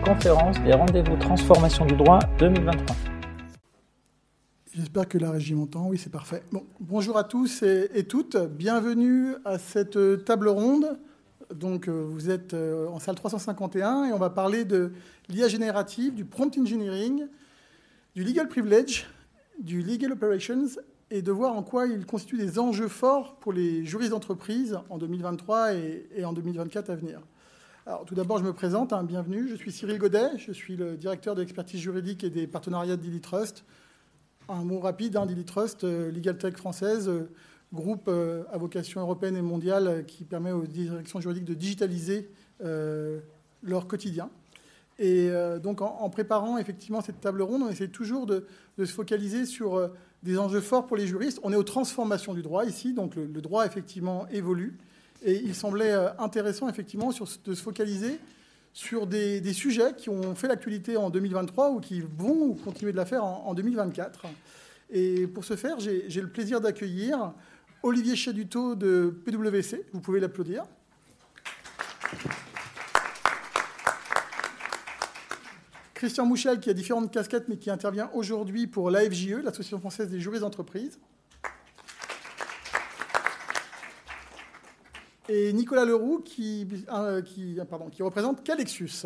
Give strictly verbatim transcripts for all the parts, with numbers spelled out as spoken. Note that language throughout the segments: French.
conférence des rendez-vous transformation du droit deux mille vingt-trois. J'espère que la régie m'entend. Oui, c'est parfait. Bon, bonjour à tous et, et toutes. Bienvenue à cette table ronde. Donc, vous êtes en salle trois cent cinquante et un et on va parler de l'I A générative, du prompt engineering, du legal privilege, du legal operations et de voir en quoi il constitue des enjeux forts pour les juristes d'entreprise en deux mille vingt-trois et, et en deux mille vingt-quatre à venir. Alors, tout d'abord, je me présente. Hein, bienvenue. Je suis Cyril Godet. Je suis le directeur de l'expertise juridique et des partenariats de DiliTrust. Un mot rapide, hein, DiliTrust, euh, Legal Tech française, euh, groupe euh, à vocation européenne et mondiale euh, qui permet aux directions juridiques de digitaliser euh, leur quotidien. Et euh, donc, en, en préparant effectivement cette table ronde, on essaie toujours de, de se focaliser sur euh, des enjeux forts pour les juristes. On est aux transformations du droit ici, donc le, le droit effectivement évolue. Et il semblait euh, intéressant effectivement sur, de se focaliser sur des, des sujets qui ont fait l'actualité en deux mille vingt-trois ou qui vont continuer de la faire en, en deux mille vingt-quatre. Et pour ce faire, j'ai, j'ai le plaisir d'accueillir Olivier Chadutot de P W C. Vous pouvez l'applaudir. Christian Mouchel, qui a différentes casquettes, mais qui intervient aujourd'hui pour l'A F J E, l'Association française des juristes d'entreprise. Et Nicolas Leroux, qui, euh, qui, pardon, qui représente Calexus.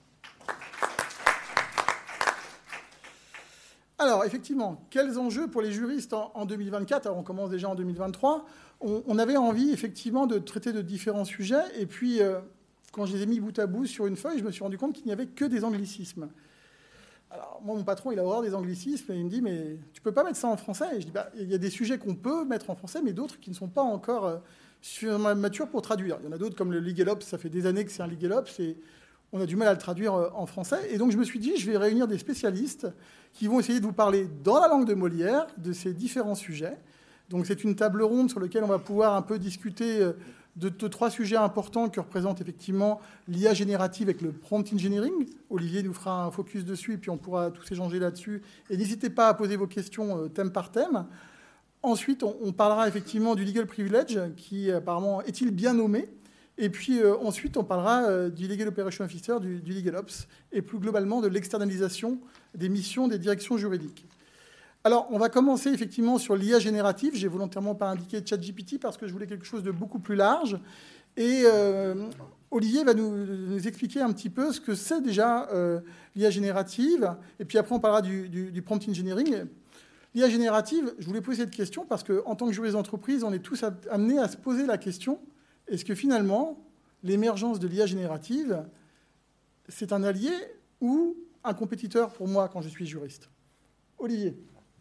Alors, effectivement, quels enjeux pour les juristes en, en deux mille vingt-quatre? Alors, on commence déjà en deux mille vingt-trois. On, on avait envie, effectivement, de traiter de différents sujets. Et puis, euh, quand je les ai mis bout à bout sur une feuille, je me suis rendu compte qu'il n'y avait que des anglicismes. Alors, moi, mon patron, il a horreur des anglicismes. Et il me dit, mais tu ne peux pas mettre ça en français? Et je dis, bah, il y a des sujets qu'on peut mettre en français, mais d'autres qui ne sont pas encore... Euh, sur mature pour traduire. Il y en a d'autres comme le Legal Ops, ça fait des années que c'est un Legal Ops et on a du mal à le traduire en français. Et donc je me suis dit, je vais réunir des spécialistes qui vont essayer de vous parler dans la langue de Molière de ces différents sujets. Donc c'est une table ronde sur laquelle on va pouvoir un peu discuter de, de trois sujets importants que représente effectivement l'I A générative avec le prompt engineering. Olivier nous fera un focus dessus et puis on pourra tous échanger là-dessus. Et n'hésitez pas à poser vos questions thème par thème. Ensuite, on, on parlera effectivement du legal privilege, qui apparemment est-il bien nommé. Et puis euh, ensuite, on parlera euh, du legal operation officer, du, du legal ops, et plus globalement de l'externalisation des missions des directions juridiques. Alors, on va commencer effectivement sur l'I A générative. J'ai volontairement pas indiqué ChatGPT parce que je voulais quelque chose de beaucoup plus large. Et euh, Olivier va nous, nous expliquer un petit peu ce que c'est déjà euh, l'I A générative. Et puis après, on parlera du, du, du prompt engineering. L'I A générative, je voulais poser cette question parce qu'en tant que juriste d'entreprise, on est tous amenés à se poser la question, est-ce que finalement, l'émergence de l'I A générative, c'est un allié ou un compétiteur pour moi quand je suis juriste? Olivier.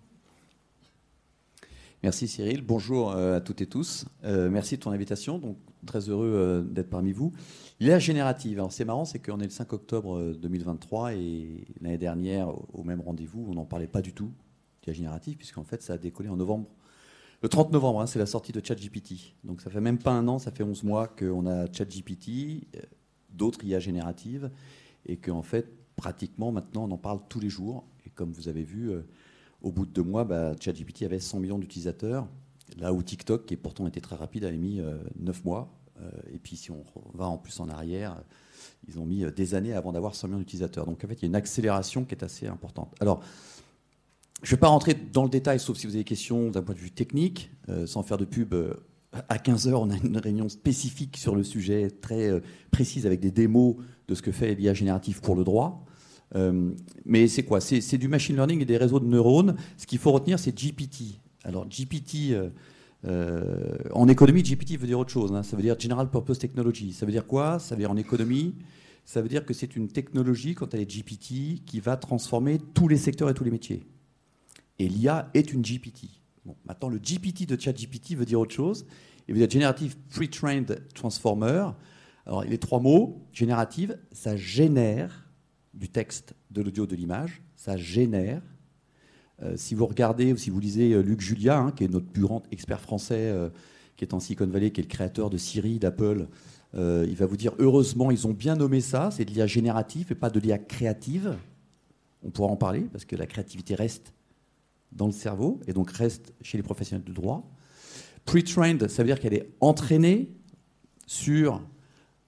Merci Cyril, bonjour à toutes et tous. Euh, merci de ton invitation, donc très heureux euh, d'être parmi vous. L'I A générative, alors c'est marrant, c'est qu'on est le cinq octobre deux mille vingt-trois et l'année dernière, au même rendez-vous, on n'en parlait pas du tout. L'I A générative, puisqu'en fait, ça a décollé en novembre. Le trente novembre, hein, c'est la sortie de ChatGPT. Donc, ça fait même pas un an, ça fait onze mois qu'on a ChatGPT, d'autres I A génératives, et qu'en fait, pratiquement, maintenant, on en parle tous les jours. Et comme vous avez vu, euh, au bout de deux mois, bah, ChatGPT avait cent millions d'utilisateurs, là où TikTok, qui pourtant était très rapide, avait mis euh, neuf mois. Euh, et puis, si on va en plus en arrière, ils ont mis des années avant d'avoir cent millions d'utilisateurs. Donc, en fait, il y a une accélération qui est assez importante. Alors, je ne vais pas rentrer dans le détail, sauf si vous avez des questions d'un point de vue technique. Euh, sans faire de pub, euh, à quinze heures, on a une réunion spécifique sur le sujet, très euh, précise, avec des démos de ce que fait l'I A générative pour le droit. Euh, mais c'est quoi? c'est, c'est du machine learning et des réseaux de neurones. Ce qu'il faut retenir, c'est G P T. Alors, G P T, euh, euh, en économie, G P T veut dire autre chose. Hein. Ça veut dire General Purpose Technology. Ça veut dire quoi? Ça veut dire en économie, ça veut dire que c'est une technologie, quand elle est G P T, qui va transformer tous les secteurs et tous les métiers. Et l'I A est une G P T. Bon, maintenant, le G P T de ChatGPT veut dire autre chose. Il veut dire Generative Pre-trained Transformer. Alors, les trois mots, générative, ça génère du texte, de l'audio, de l'image. Ça génère. Euh, si vous regardez ou si vous lisez euh, Luc Julia, hein, qui est notre plus grand expert français, euh, qui est en Silicon Valley, qui est le créateur de Siri, d'Apple, euh, il va vous dire, heureusement, ils ont bien nommé ça. C'est de l'I A générative et pas de l'I A créative. On pourra en parler, parce que la créativité reste dans le cerveau, et donc reste chez les professionnels du droit. Pre-trained, ça veut dire qu'elle est entraînée sur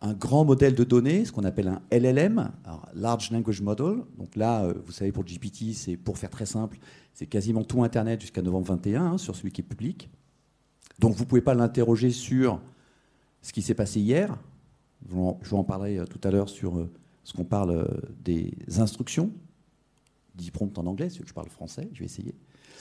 un grand modèle de données, ce qu'on appelle un L L M, alors Large Language Model. Donc là, euh, vous savez, pour G P T, c'est, pour faire très simple, c'est quasiment tout Internet jusqu'à novembre vingt et un, hein, sur celui qui est public. Donc vous ne pouvez pas l'interroger sur ce qui s'est passé hier. Je vous en parlerai tout à l'heure sur euh, ce qu'on parle euh, des instructions, dit prompt en anglais, si je parle français, je vais essayer.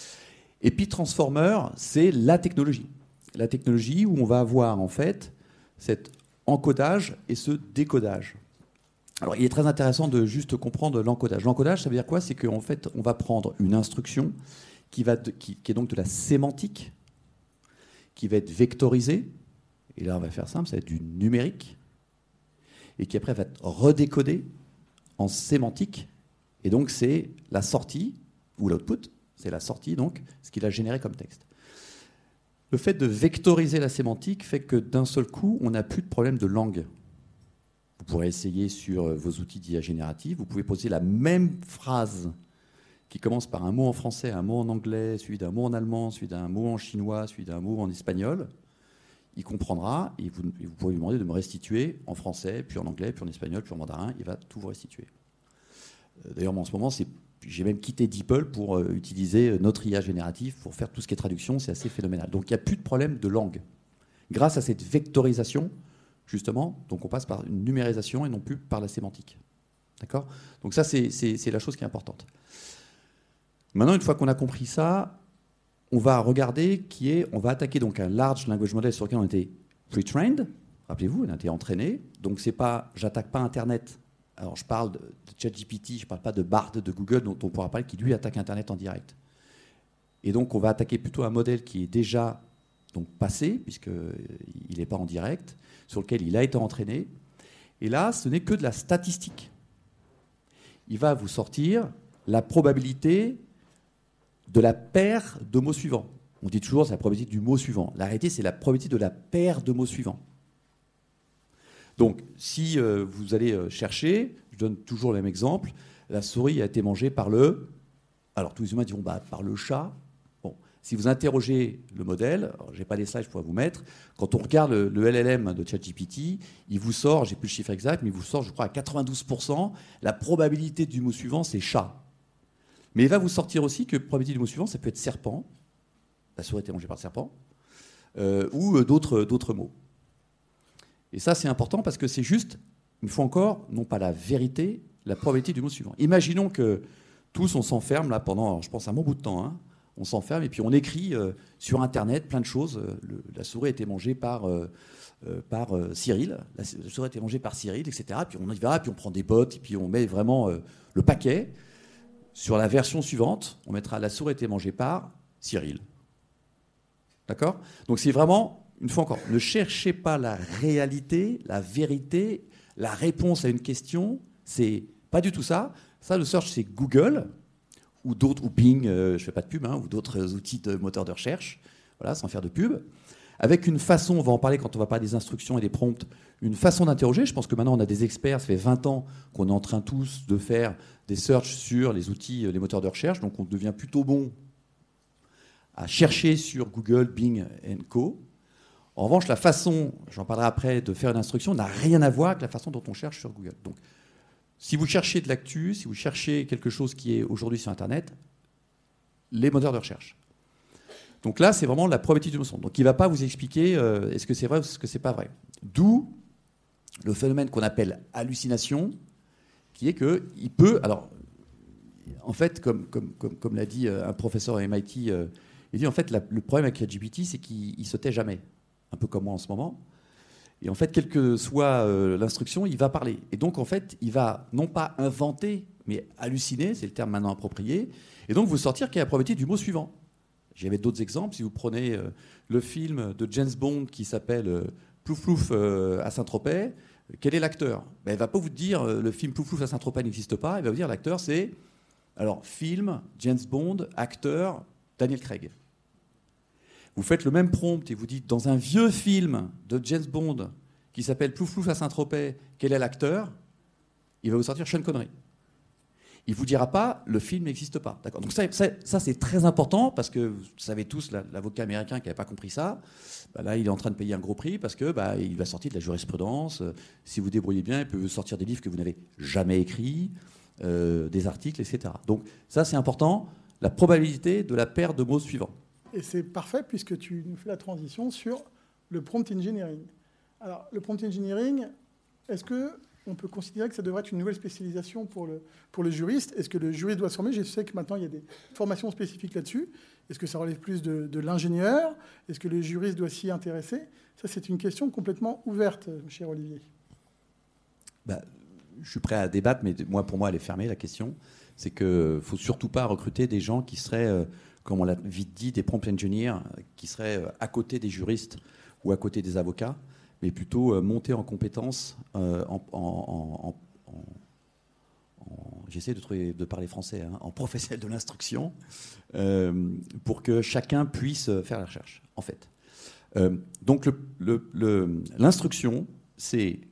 Et puis Transformer, c'est la technologie. La technologie où on va avoir en fait cet encodage et ce décodage. Alors il est très intéressant de juste comprendre l'encodage. L'encodage, ça veut dire quoi? C'est qu'en fait, on va prendre une instruction qui, va de, qui, qui est donc de la sémantique, qui va être vectorisée, et là on va faire simple, ça va être du numérique, et qui après va être redécodée en sémantique, et donc c'est la sortie, ou l'output, c'est la sortie, donc, ce qu'il a généré comme texte. Le fait de vectoriser la sémantique fait que d'un seul coup, on n'a plus de problème de langue. Vous pourrez essayer sur vos outils d'I A générative, vous pouvez poser la même phrase qui commence par un mot en français, un mot en anglais, suivi d'un mot en allemand, suivi d'un mot en chinois, suivi d'un mot en espagnol. Il comprendra et vous, et vous pourrez lui demander de me restituer en français, puis en anglais, puis en espagnol, puis en mandarin. Il va tout vous restituer. D'ailleurs, moi, en ce moment, c'est j'ai même quitté DeepL pour euh, utiliser notre I A générative pour faire tout ce qui est traduction. C'est assez phénoménal. Donc, il n'y a plus de problème de langue. Grâce à cette vectorisation, justement, donc on passe par une numérisation et non plus par la sémantique. D'accord ? Donc ça, c'est, c'est, c'est la chose qui est importante. Maintenant, une fois qu'on a compris ça, on va regarder qui est... On va attaquer donc un large language model sur lequel on était pre-trained. Rappelez-vous, on a été entraîné. Donc, c'est pas... J'attaque pas Internet. Alors, je parle de, de ChatGPT, je ne parle pas de Bard de Google, dont on pourra parler, qui lui attaque Internet en direct. Et donc, on va attaquer plutôt un modèle qui est déjà donc, passé, puisqu'il n'est pas en direct, sur lequel il a été entraîné. Et là, ce n'est que de la statistique. Il va vous sortir la probabilité de la paire de mots suivants. On dit toujours c'est la probabilité du mot suivant. La réalité, c'est la probabilité de la paire de mots suivants. Donc, si euh, vous allez euh, chercher, je donne toujours le même exemple, la souris a été mangée par le... Alors, tous les humains diront, bah, par le chat. Bon, si vous interrogez le modèle, je n'ai pas les slides, je pourrais vous mettre, quand on regarde le, le L L M de ChatGPT, il vous sort, j'ai plus le chiffre exact, mais il vous sort, je crois, à quatre-vingt-douze pour cent, la probabilité du mot suivant, c'est chat. Mais il va vous sortir aussi que la probabilité du mot suivant, ça peut être serpent, la souris a été mangée par le serpent, euh, ou d'autres, d'autres mots. Et ça, c'est important parce que c'est juste, une fois encore, non pas la vérité, la probabilité du mot suivant. Imaginons que tous, on s'enferme là pendant, alors, je pense, un bon bout de temps. Hein, on s'enferme et puis on écrit euh, sur Internet plein de choses. Le, la souris a été mangée par, euh, euh, par euh, Cyril. La, la souris a été mangée par Cyril, et cetera. Puis on y va, puis on prend des bottes, et puis on met vraiment euh, le paquet. Sur la version suivante, on mettra la souris a été mangée par Cyril. D'accord ? Donc c'est vraiment... Une fois encore, ne cherchez pas la réalité, la vérité, la réponse à une question. C'est pas du tout ça. Ça, le search, c'est Google ou d'autres, ou Bing, euh, je fais pas de pub, hein, ou d'autres outils de moteur de recherche. Voilà, sans faire de pub. Avec une façon, on va en parler quand on va parler des instructions et des prompts, une façon d'interroger. Je pense que maintenant, on a des experts. Ça fait vingt ans qu'on est en train tous de faire des searches sur les outils, les moteurs de recherche. Donc, on devient plutôt bon à chercher sur Google, Bing et co. En revanche, la façon, j'en parlerai après, de faire une instruction n'a rien à voir avec la façon dont on cherche sur Google. Donc, si vous cherchez de l'actu, si vous cherchez quelque chose qui est aujourd'hui sur Internet, les moteurs de recherche. Donc là, c'est vraiment la probabilité du mot suivant. Donc, il ne va pas vous expliquer euh, est-ce que c'est vrai ou est-ce que ce n'est pas vrai. D'où le phénomène qu'on appelle hallucination, qui est qu'il peut... Alors, en fait, comme, comme, comme, comme l'a dit un professeur à M I T, euh, il dit en fait, la, le problème avec ChatGPT, c'est qu'il ne se tait jamais. Un peu comme moi en ce moment. Et en fait, quelle que soit euh, l'instruction, il va parler. Et donc, en fait, il va non pas inventer, mais halluciner, c'est le terme maintenant approprié, et donc vous sortir quelle est la probabilité du mot suivant. J'avais d'autres exemples. Si vous prenez euh, le film de James Bond qui s'appelle euh, Plouf Plouf euh, à Saint-Tropez, quel est l'acteur ? Ben, il ne va pas vous dire euh, le film Plouf Plouf à Saint-Tropez n'existe pas, il va vous dire l'acteur c'est, alors, film, James Bond, acteur, Daniel Craig. Vous faites le même prompt et vous dites, dans un vieux film de James Bond qui s'appelle Plouf Plouf à Saint-Tropez, quel est l'acteur ? Il va vous sortir Sean Connery. Il ne vous dira pas le film n'existe pas. D'accord. Donc ça, ça, ça, c'est très important parce que vous savez tous, l'avocat américain qui n'avait pas compris ça, bah là, il est en train de payer un gros prix parce que bah, il va sortir de la jurisprudence. Si vous débrouillez bien, il peut sortir des livres que vous n'avez jamais écrits, euh, des articles, et cetera. Donc ça, c'est important. La probabilité de la paire de mots suivants. Et c'est parfait puisque tu nous fais la transition sur le prompt engineering. Alors, le prompt engineering, est-ce que on peut considérer que ça devrait être une nouvelle spécialisation pour le, pour le juriste? Est-ce que le juriste doit se former? Je sais que maintenant, il y a des formations spécifiques là-dessus. Est-ce que ça relève plus de, de l'ingénieur? Est-ce que le juriste doit s'y intéresser? Ça, c'est une question complètement ouverte, cher Olivier. Bah, je suis prêt à débattre, mais moi, pour moi, elle est fermée, la question. C'est qu'il ne faut surtout pas recruter des gens qui seraient, euh, comme on l'a vite dit, des prompt engineers, qui seraient euh, à côté des juristes ou à côté des avocats, mais plutôt euh, monter en compétences euh, en, en, en, en, en j'essaie de, trouver, de parler français, hein, en professionnel de l'instruction, euh, pour que chacun puisse faire la recherche, en fait. Euh, donc le, le, le, l'instruction, c'est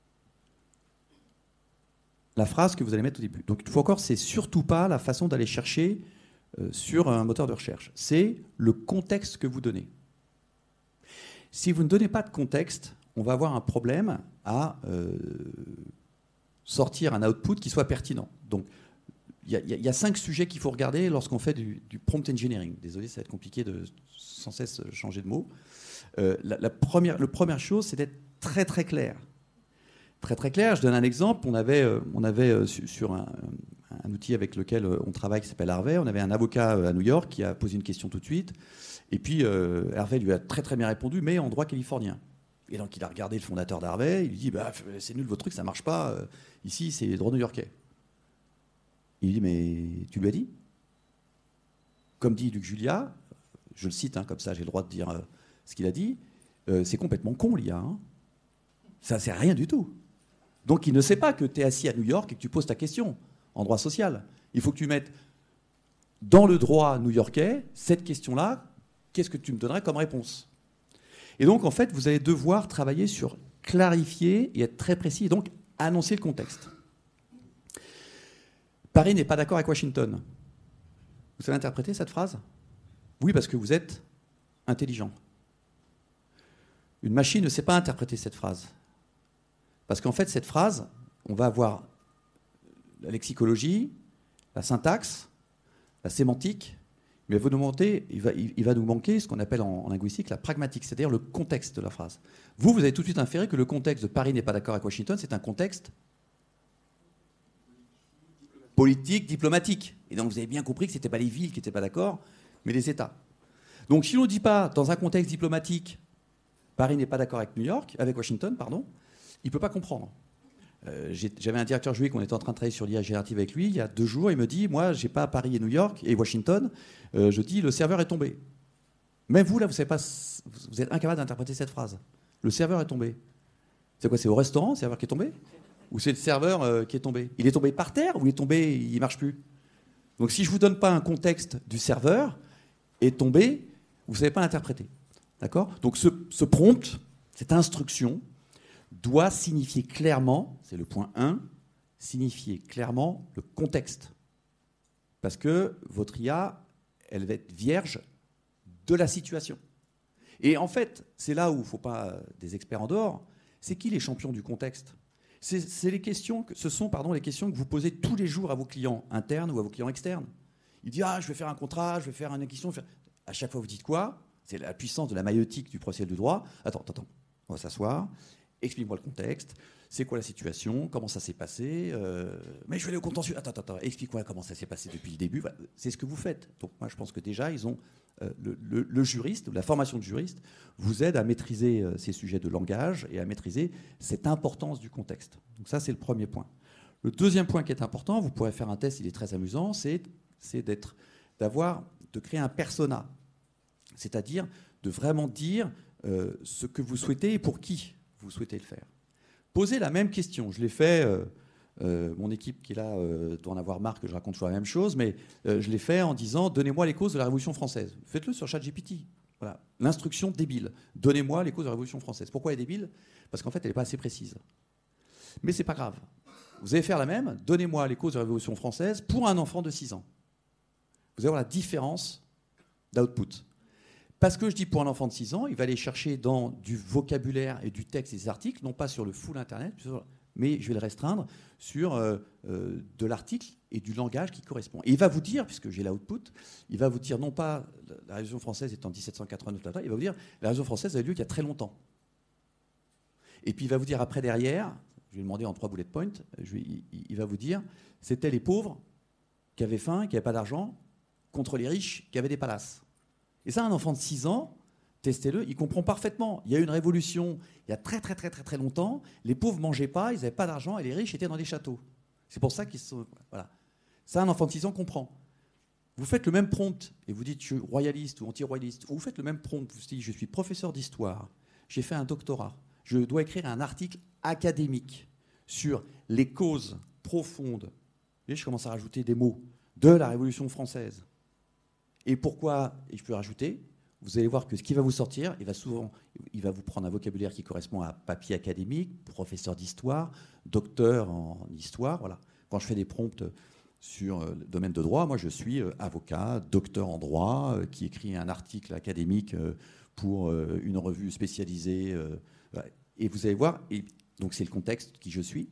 la phrase que vous allez mettre au début. Donc il faut encore, c'est surtout pas la façon d'aller chercher euh, sur un moteur de recherche. C'est le contexte que vous donnez. Si vous ne donnez pas de contexte, on va avoir un problème à euh, sortir un output qui soit pertinent. Donc, il y, y, y a cinq sujets qu'il faut regarder lorsqu'on fait du, du prompt engineering. Désolé, ça va être compliqué de sans cesse changer de mot. Euh, la, la, première, la première chose, c'est d'être très très clair. Très très clair. Je donne un exemple. On avait, euh, on avait euh, sur, sur un, un outil avec lequel on travaille qui s'appelle Harvey, on avait un avocat à New York qui a posé une question tout de suite. Et puis, euh, Harvey lui a très très bien répondu, mais en droit californien. Et donc, il a regardé le fondateur d'Harvey, il lui dit bah, « c'est nul votre truc, ça marche pas. Ici, c'est le droit new-yorkais. » Il lui dit « mais tu lui as dit ?» Comme dit Luc Julia, je le cite, hein, comme ça j'ai le droit de dire euh, ce qu'il a dit, euh, c'est complètement con l'I A. Hein. Ça ne sert à rien du tout. Donc, il ne sait pas que tu es assis à New York et que tu poses ta question en droit social. Il faut que tu mettes dans le droit new-yorkais cette question-là. Qu'est-ce que tu me donnerais comme réponse? Et donc, en fait, vous allez devoir travailler sur clarifier et être très précis, et donc annoncer le contexte. Paris n'est pas d'accord avec Washington. Vous savez interpréter cette phrase? Oui, parce que vous êtes intelligent. Une machine ne sait pas interpréter cette phrase. Parce qu'en fait, cette phrase, on va avoir la lexicologie, la syntaxe, la sémantique, mais vous nous manquez, il, va, il, il va nous manquer ce qu'on appelle en, en linguistique la pragmatique, c'est-à-dire le contexte de la phrase. Vous, vous avez tout de suite inféré que le contexte de Paris n'est pas d'accord avec Washington, c'est un contexte politique, diplomatique. Et donc vous avez bien compris que ce n'étaient pas les villes qui n'étaient pas d'accord, mais les États. Donc si on ne dit pas, dans un contexte diplomatique, Paris n'est pas d'accord avec New York, avec Washington, pardon, il ne peut pas comprendre. Euh, j'avais un directeur juridique, on était en train de travailler sur l'I A générative avec lui, il y a deux jours, il me dit, moi, je n'ai pas Paris et New York et Washington, euh, je dis, le serveur est tombé. Même vous, là, vous savez pas, vous êtes incapable d'interpréter cette phrase. Le serveur est tombé. C'est quoi? C'est au restaurant, le serveur qui est tombé? Ou c'est le serveur euh, qui est tombé? Il est tombé par terre ou il est tombé, il ne marche plus? Donc si je ne vous donne pas un contexte du serveur est tombé, vous ne savez pas l'interpréter. D'accord? Donc ce, ce prompt, cette instruction, doit signifier clairement, c'est le point un, signifier clairement le contexte. Parce que votre I A, elle va être vierge de la situation. Et en fait, c'est là où il ne faut pas des experts en dehors, c'est qui les champions du contexte? c'est, c'est les questions que, Ce sont pardon, les questions que vous posez tous les jours à vos clients internes ou à vos clients externes. Il dit « Ah, je vais faire un contrat, je vais faire une acquisition. » À chaque fois, vous dites quoi? C'est la puissance de la maïeutique du procédé du droit. Attends, attends, attends, on va s'asseoir. Explique-moi le contexte, c'est quoi la situation, comment ça s'est passé, euh, mais je vais aller au contentieux. Attends, attends, attends, explique-moi comment ça s'est passé depuis le début. Voilà, c'est ce que vous faites. Donc moi, je pense que déjà, ils ont euh, le, le, le juriste, la formation de juriste, vous aide à maîtriser euh, ces sujets de langage et à maîtriser cette importance du contexte. Donc ça, c'est le premier point. Le deuxième point qui est important, vous pourrez faire un test, il est très amusant, c'est, c'est d'être, d'avoir, de créer un persona, c'est-à-dire de vraiment dire euh, ce que vous souhaitez et pour qui vous souhaitez le faire. Posez la même question. Je l'ai fait, euh, euh, mon équipe qui est là euh, doit en avoir marre que je raconte toujours la même chose, mais euh, je l'ai fait en disant « Donnez-moi les causes de la Révolution française ». Faites-le sur ChatGPT. Voilà. L'instruction débile. Donnez-moi les causes de la Révolution française. Pourquoi elle est débile? Parce qu'en fait, elle n'est pas assez précise. Mais c'est pas grave. vous allez faire la même. Donnez-moi les causes de la Révolution française pour un enfant de six ans. Vous allez voir la différence d'output. Parce que je dis pour un enfant de six ans, il va aller chercher dans du vocabulaire et du texte et des articles, non pas sur le full Internet, mais je vais le restreindre sur euh, euh, de l'article et du langage qui correspond. Et il va vous dire, puisque j'ai l'output, il va vous dire non pas la Révolution française est en dix-sept cent quatre-vingt-neuf, il va vous dire la Révolution française a eu lieu il y a très longtemps. Et puis il va vous dire après derrière, je vais demander en trois bullet points, je vais, il, il va vous dire c'était les pauvres qui avaient faim, qui n'avaient pas d'argent, contre les riches qui avaient des palaces. Et ça, un enfant de six ans, testez-le, il comprend parfaitement. Il y a eu une révolution il y a très très très très très longtemps, les pauvres ne mangeaient pas, ils n'avaient pas d'argent et les riches étaient dans des châteaux. C'est pour ça qu'ils sont... Voilà. Ça, un enfant de six ans comprend. Vous faites le même prompt et vous dites je suis royaliste ou anti-royaliste, ou vous faites le même prompt, vous dites je suis professeur d'histoire, j'ai fait un doctorat, je dois écrire un article académique sur les causes profondes, et je commence à rajouter des mots, de la Révolution française. Et pourquoi, et je peux rajouter, vous allez voir que ce qui va vous sortir, il va souvent, il va vous prendre un vocabulaire qui correspond à papier académique, professeur d'histoire, docteur en histoire. Voilà. Quand je fais des prompts sur le domaine de droit, moi je suis avocat, docteur en droit, qui écrit un article académique pour une revue spécialisée. Et vous allez voir, et donc c'est le contexte qui je suis.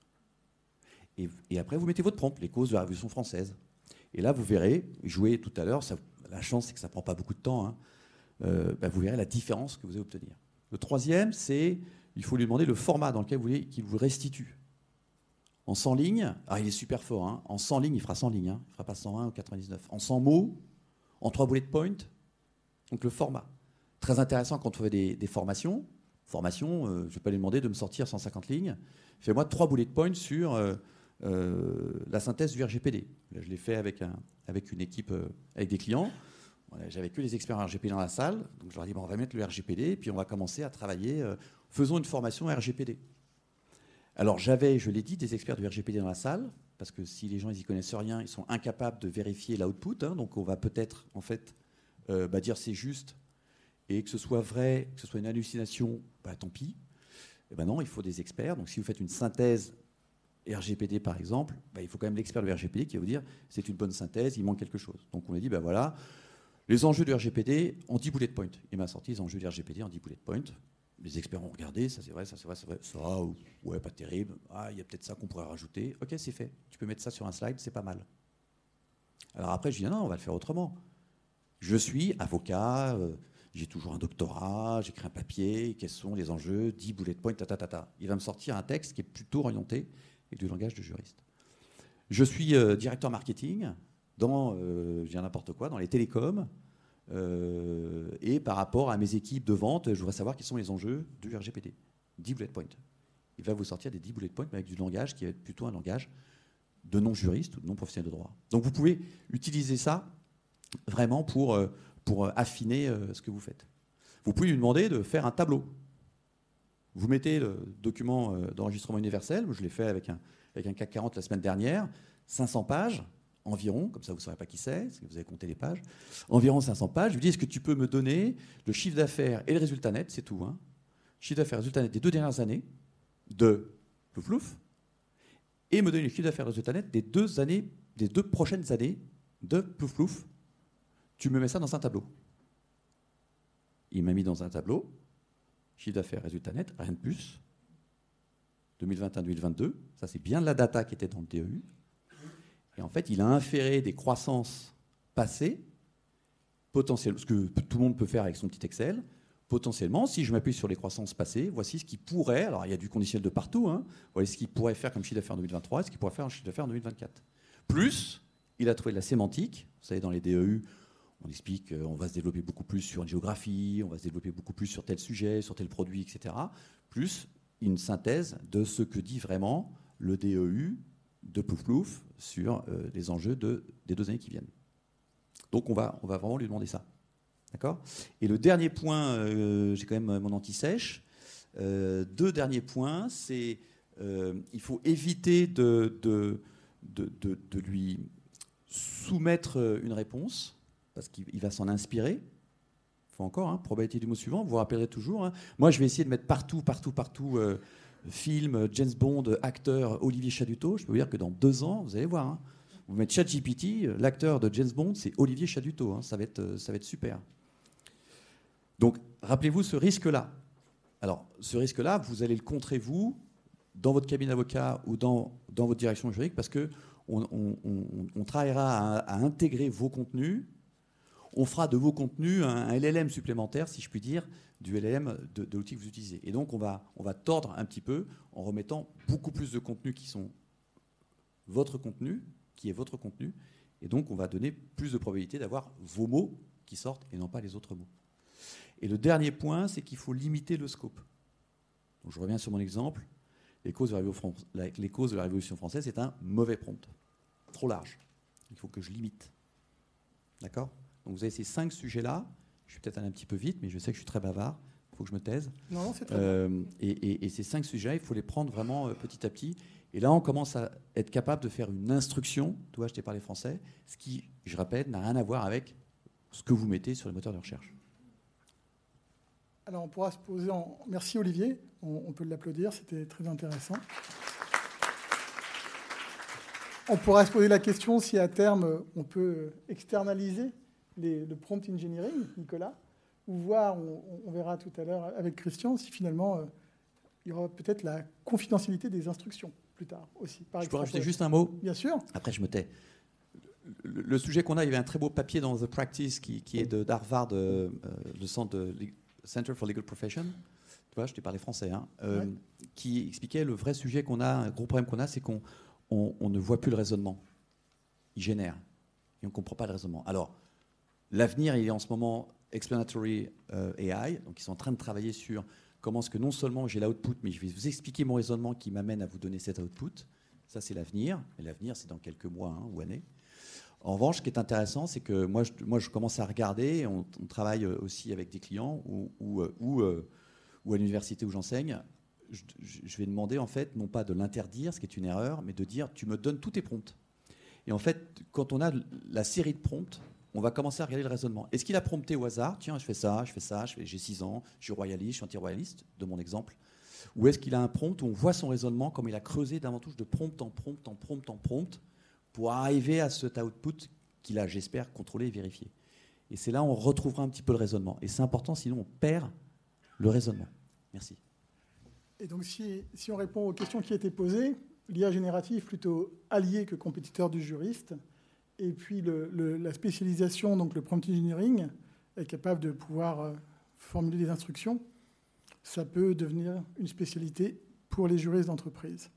Et, et après, vous mettez votre prompt, les causes de la Révolution française. Et là, vous verrez, jouer tout à l'heure, ça, la chance, c'est que ça ne prend pas beaucoup de temps, hein, euh, bah, vous verrez la différence que vous allez obtenir. Le troisième, c'est il faut lui demander le format dans lequel vous voulez qu'il vous restitue. En cent lignes, ah, il est super fort, hein, en cent lignes, il fera cent lignes, hein, il ne fera pas cent un ou quatre-vingt-dix-neuf. En cent mots, en trois bullet points, donc le format. Très intéressant quand on fait des, des formations. Formation, euh, je ne vais pas lui demander de me sortir cent cinquante lignes. Fais-moi trois bullet points sur... Euh, Euh, la synthèse du R G P D. Là, je l'ai fait avec, un, avec une équipe, euh, avec des clients. Voilà, j'avais que les experts en R G P D dans la salle. Donc je leur ai dit, bon, on va mettre le R G P D, puis on va commencer à travailler. Euh, faisons une formation R G P D. Alors j'avais, je l'ai dit, des experts du R G P D dans la salle, parce que si les gens ils y connaissent rien, ils sont incapables de vérifier l'output. Hein, donc on va peut-être en fait euh, bah, dire c'est juste, et que ce soit vrai, que ce soit une hallucination, bah, tant pis. Et ben non, il faut des experts. Donc si vous faites une synthèse R G P D par exemple, bah, il faut quand même l'expert du R G P D qui va vous dire c'est une bonne synthèse, il manque quelque chose. Donc on a dit ben bah, voilà, les enjeux du R G P D en dix bullet points. Il m'a sorti les enjeux du R G P D en dix bullet points. Les experts ont regardé, ça c'est vrai, ça c'est vrai, c'est vrai, ça, ouais, pas terrible. Ah, il y a peut-être ça qu'on pourrait rajouter. Ok, c'est fait. Tu peux mettre ça sur un slide, c'est pas mal. Alors après, je dis non, on va le faire autrement. Je suis avocat, euh, j'ai toujours un doctorat, j'écris un papier, quels sont les enjeux, dix bullet points, ta, ta, ta, ta. Il va me sortir un texte qui est plutôt orienté et du langage de juriste. Je suis euh, directeur marketing dans, euh, je dis n'importe quoi, dans les télécoms, euh, et par rapport à mes équipes de vente, je voudrais savoir quels sont les enjeux du R G P D. dix bullet points. Il va vous sortir des dix bullet points, mais avec du langage qui va être plutôt un langage de non-juriste ou de non-professionnel de droit. Donc vous pouvez utiliser ça vraiment pour, euh, pour affiner euh, ce que vous faites. Vous pouvez lui demander de faire un tableau. Vous mettez le document d'enregistrement universel, je l'ai fait avec un, avec un C A C quarante la semaine dernière, cinq cents pages environ, comme ça vous ne saurez pas qui c'est, parce que vous avez compté les pages, environ cinq cents pages. Je lui dis, est-ce que tu peux me donner le chiffre d'affaires et le résultat net, c'est tout, hein, chiffre d'affaires et résultat net des deux dernières années de Plouf-Plouf, et me donner le chiffre d'affaires et le résultat net des deux, années, des deux prochaines années de Plouf-Plouf. Tu me mets ça dans un tableau. Il m'a mis dans un tableau. Chiffre d'affaires, résultat net, rien de plus. deux mille vingt et un deux mille vingt-deux, ça c'est bien de la data qui était dans le D E U. Et en fait, il a inféré des croissances passées, potentiellement, ce que tout le monde peut faire avec son petit Excel. Potentiellement, si je m'appuie sur les croissances passées, voici ce qu'il pourrait, alors il y a du conditionnel de partout, hein, voici ce qu'il pourrait faire comme chiffre d'affaires en deux mille vingt-trois et ce qu'il pourrait faire en chiffre d'affaires en deux mille vingt-quatre. Plus, il a trouvé de la sémantique. Vous savez, dans les D E U, on explique qu'on va se développer beaucoup plus sur une géographie, on va se développer beaucoup plus sur tel sujet, sur tel produit, et cetera. Plus une synthèse de ce que dit vraiment le D E U de Plouf-Plouf sur euh, les enjeux de, des deux années qui viennent. Donc on va, on va vraiment lui demander ça. D'accord ? Et le dernier point, euh, j'ai quand même mon anti-sèche. Euh, deux derniers points, c'est euh, il faut éviter de, de, de, de, de lui soumettre une réponse, parce qu'il va s'en inspirer. Il faut encore, hein, probabilité du mot suivant, vous vous rappellerez toujours. Hein. Moi, je vais essayer de mettre partout, partout, partout euh, film, James Bond, acteur Olivier Chaduto, je peux vous dire que dans deux ans, vous allez voir, hein, vous mettez ChatGPT, l'acteur de James Bond, c'est Olivier Chaduto, hein, ça va être, ça va être super. Donc, rappelez-vous ce risque-là. Alors, ce risque-là, vous allez le contrer, vous, dans votre cabinet d'avocat ou dans, dans votre direction juridique, parce qu'on on, on, on travaillera à, à intégrer vos contenus. On fera de vos contenus un, un L L M supplémentaire, si je puis dire, du L L M de, de l'outil que vous utilisez. Et donc, on va, on va tordre un petit peu en remettant beaucoup plus de contenus qui sont votre contenu, qui est votre contenu. Et donc, on va donner plus de probabilité d'avoir vos mots qui sortent et non pas les autres mots. Et le dernier point, c'est qu'il faut limiter le scope. Donc, je reviens sur mon exemple. Les causes de la Révolution, les causes de la Révolution française, c'est un mauvais prompt. Trop large. Il faut que je limite. D'accord ? Donc vous avez ces cinq sujets-là. Je suis peut-être allé un petit peu vite, mais je sais que je suis très bavard. Il faut que je me taise. Non, non, c'est très euh, bien. Et, et, et ces cinq sujets, il faut les prendre vraiment euh, petit à petit. Et là, on commence à être capable de faire une instruction. Tu vois, je t'ai parlé français. Ce qui, je répète, n'a rien à voir avec ce que vous mettez sur les moteurs de recherche. Alors, on pourra se poser en... Merci, Olivier. On, on peut l'applaudir. C'était très intéressant. On pourra se poser la question si, à terme, on peut externaliser les, le prompt engineering, Nicolas, ou voir, on, on verra tout à l'heure avec Christian, si finalement, euh, il y aura peut-être la confidentialité des instructions plus tard aussi. Par je peux rajouter juste un mot ? Bien sûr. Après, je me tais. Le, le sujet qu'on a, il y avait un très beau papier dans The Practice qui, qui est de, d'Harvard, euh, le centre de Center for Legal Profession. Tu vois, je t'ai parlé français, hein, euh, ouais. Qui expliquait le vrai sujet qu'on a, un gros problème qu'on a, c'est qu'on on, on ne voit plus le raisonnement. Il génère. Et on ne comprend pas le raisonnement. Alors, l'avenir, il est en ce moment explanatory euh, A I. Donc, ils sont en train de travailler sur comment est-ce que non seulement j'ai l'output, mais je vais vous expliquer mon raisonnement qui m'amène à vous donner cet output. Ça, c'est l'avenir. Et l'avenir, c'est dans quelques mois hein, ou années. En revanche, ce qui est intéressant, c'est que moi, je, moi, je commence à regarder. On, on travaille aussi avec des clients ou, ou, ou, euh, ou à l'université où j'enseigne. Je, je vais demander, en fait, non pas de l'interdire, ce qui est une erreur, mais de dire, tu me donnes tous tes prompts. Et en fait, quand on a la série de prompts, on va commencer à regarder le raisonnement. Est-ce qu'il a prompté au hasard ? Tiens, je fais ça, je fais ça, je fais, j'ai six ans, je suis royaliste, je suis anti-royaliste, de mon exemple. Ou est-ce qu'il a un prompt où on voit son raisonnement, comme il a creusé davantage de prompt en prompt, en prompt, en prompt, pour arriver à cet output qu'il a, j'espère, contrôlé et vérifié. Et c'est là où on retrouvera un petit peu le raisonnement. Et c'est important, sinon on perd le raisonnement. Merci. Et donc, si, si on répond aux questions qui étaient posées, l'I A générative plutôt allié que compétiteur du juriste, et puis le, le, la spécialisation, donc le prompt engineering, est capable de pouvoir euh, formuler des instructions, ça peut devenir une spécialité pour les juristes d'entreprise.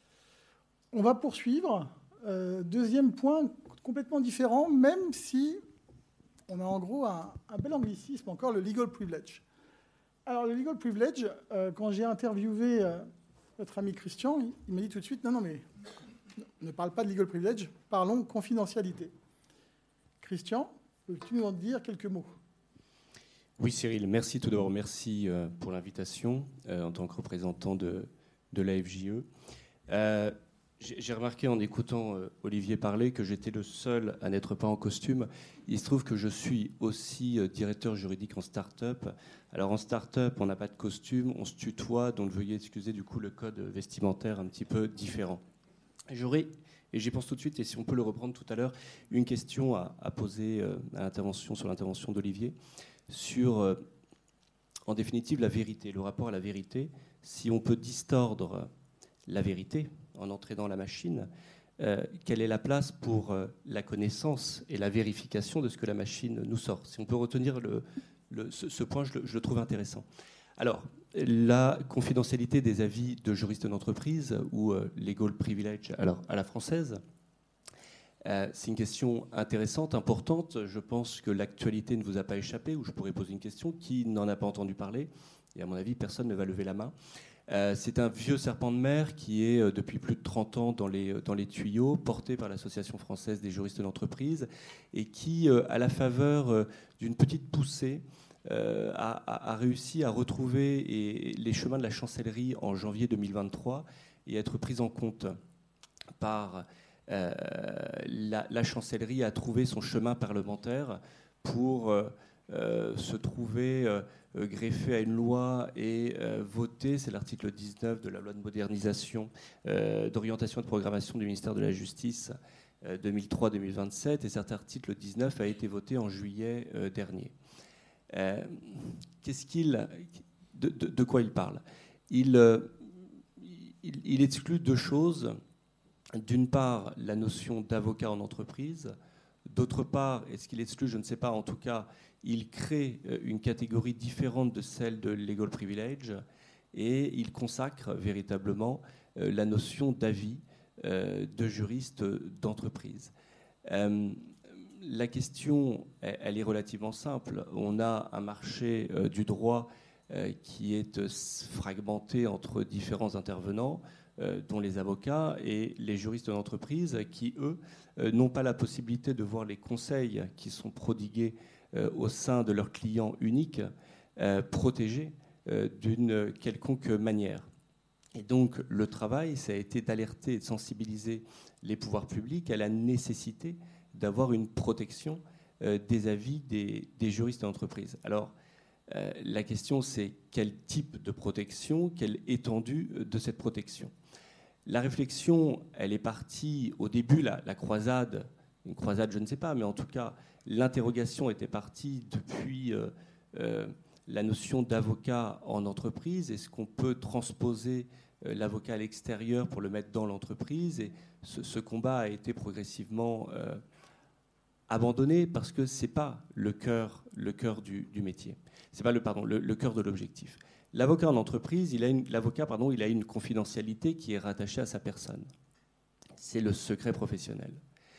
On va poursuivre. Euh, deuxième point, complètement différent, même si on a en gros un, un bel anglicisme, encore le legal privilege. Alors, le legal privilege, euh, quand j'ai interviewé euh, notre ami Christian, il, il m'a dit tout de suite, non, non, mais ne parle pas de legal privilege, parlons confidentialité. Christian, peux-tu nous en dire quelques mots ? Oui, Cyril, merci tout d'abord. Merci euh, pour l'invitation euh, en tant que représentant de, de l'A F J E. Euh, J'ai remarqué en écoutant euh, Olivier parler que j'étais le seul à n'être pas en costume. Il se trouve que je suis aussi euh, directeur juridique en start-up. Alors en start-up, on n'a pas de costume, on se tutoie, donc veuillez excuser du coup le code vestimentaire un petit peu différent. J'aurais, et j'y pense tout de suite, et si on peut le reprendre tout à l'heure, une question à, à poser euh, à l'intervention, sur l'intervention d'Olivier, sur, euh, en définitive, la vérité, le rapport à la vérité. Si on peut distordre la vérité en entraînant la machine, euh, quelle est la place pour euh, la connaissance et la vérification de ce que la machine nous sort ? Si on peut retenir le, le, ce, ce point, je le, je le trouve intéressant. Alors, la confidentialité des avis de juristes d'entreprise ou euh, legal privilege alors, à la française, euh, c'est une question intéressante, importante. Je pense que l'actualité ne vous a pas échappé, ou je pourrais poser une question. Qui n'en a pas entendu parler ? Et à mon avis, personne ne va lever la main. Euh, c'est un vieux serpent de mer qui est euh, depuis plus de trente ans dans les, dans les tuyaux, porté par l'Association française des juristes d'entreprise, et qui, euh, à la faveur euh, d'une petite poussée, euh, a, a, a réussi à retrouver et, les chemins de la chancellerie en janvier deux mille vingt-trois et à être prise en compte par euh, la, la chancellerie, à trouver son chemin parlementaire pour euh, euh, se trouvait euh, greffé à une loi et euh, voté, c'est l'article dix-neuf de la loi de modernisation, euh, d'orientation et de programmation du ministère de la Justice euh, deux mille trois deux mille vingt-sept, et cet article dix-neuf a été voté en juillet euh, dernier. Euh, qu'est-ce qu'il, de, de, de quoi il parle ? il, euh, il, il exclut deux choses. D'une part, la notion d'avocat en entreprise. D'autre part, est-ce qu'il exclut ? Je ne sais pas. En tout cas, il crée une catégorie différente de celle de legal privilege et il consacre véritablement la notion d'avis de juriste d'entreprise. La question, elle est relativement simple. On a un marché du droit qui est fragmenté entre différents intervenants, dont les avocats et les juristes d'entreprise qui, eux, n'ont pas la possibilité de voir les conseils qui sont prodigués au sein de leurs clients uniques protégés d'une quelconque manière. Et donc, le travail, ça a été d'alerter et de sensibiliser les pouvoirs publics à la nécessité d'avoir une protection des avis des, des juristes d'entreprise. Alors, euh, la question, c'est quel type de protection, quelle étendue de cette protection. La réflexion, elle est partie au début, la, la croisade, une croisade, je ne sais pas, mais en tout cas, l'interrogation était partie depuis euh, euh, la notion d'avocat en entreprise. Est-ce qu'on peut transposer euh, l'avocat à l'extérieur pour le mettre dans l'entreprise ? Et ce, ce combat a été progressivement euh, abandonné parce que ce n'est pas le cœur, le cœur du, du métier. Ce n'est pas le, pardon, le, le cœur de l'objectif. L'avocat en entreprise, il a une, l'avocat, pardon, il a une confidentialité qui est rattachée à sa personne. C'est le secret professionnel.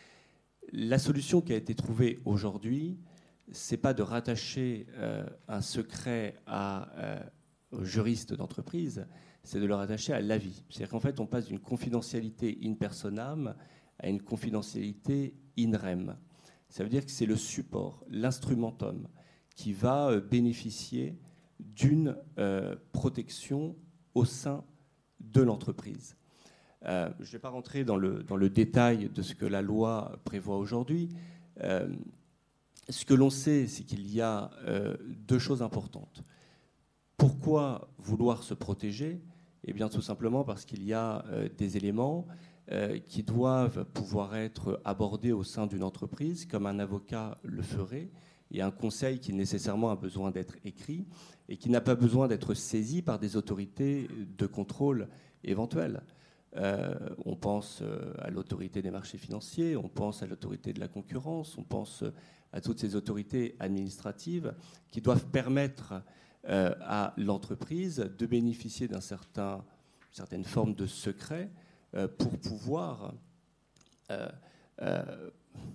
La solution qui a été trouvée aujourd'hui, ce n'est pas de rattacher euh, un secret à, euh, au juriste d'entreprise, c'est de le rattacher à l'avis. C'est-à-dire qu'en fait, on passe d'une confidentialité in personam à une confidentialité in rem. Ça veut dire que c'est le support, l'instrumentum, qui va euh, bénéficier d'une euh, protection au sein de l'entreprise. Euh, je ne vais pas rentrer dans le, dans le détail de ce que la loi prévoit aujourd'hui. Euh, ce que l'on sait, c'est qu'il y a euh, deux choses importantes. Pourquoi vouloir se protéger ? Eh bien, tout simplement parce qu'il y a euh, des éléments euh, qui doivent pouvoir être abordés au sein d'une entreprise, comme un avocat le ferait. Il y a un conseil qui nécessairement a besoin d'être écrit et qui n'a pas besoin d'être saisi par des autorités de contrôle éventuelles. Euh, on pense à l'autorité des marchés financiers, on pense à l'autorité de la concurrence, on pense à toutes ces autorités administratives qui doivent permettre euh, à l'entreprise de bénéficier d'un certain, certaine forme de secret euh, pour pouvoir euh, euh,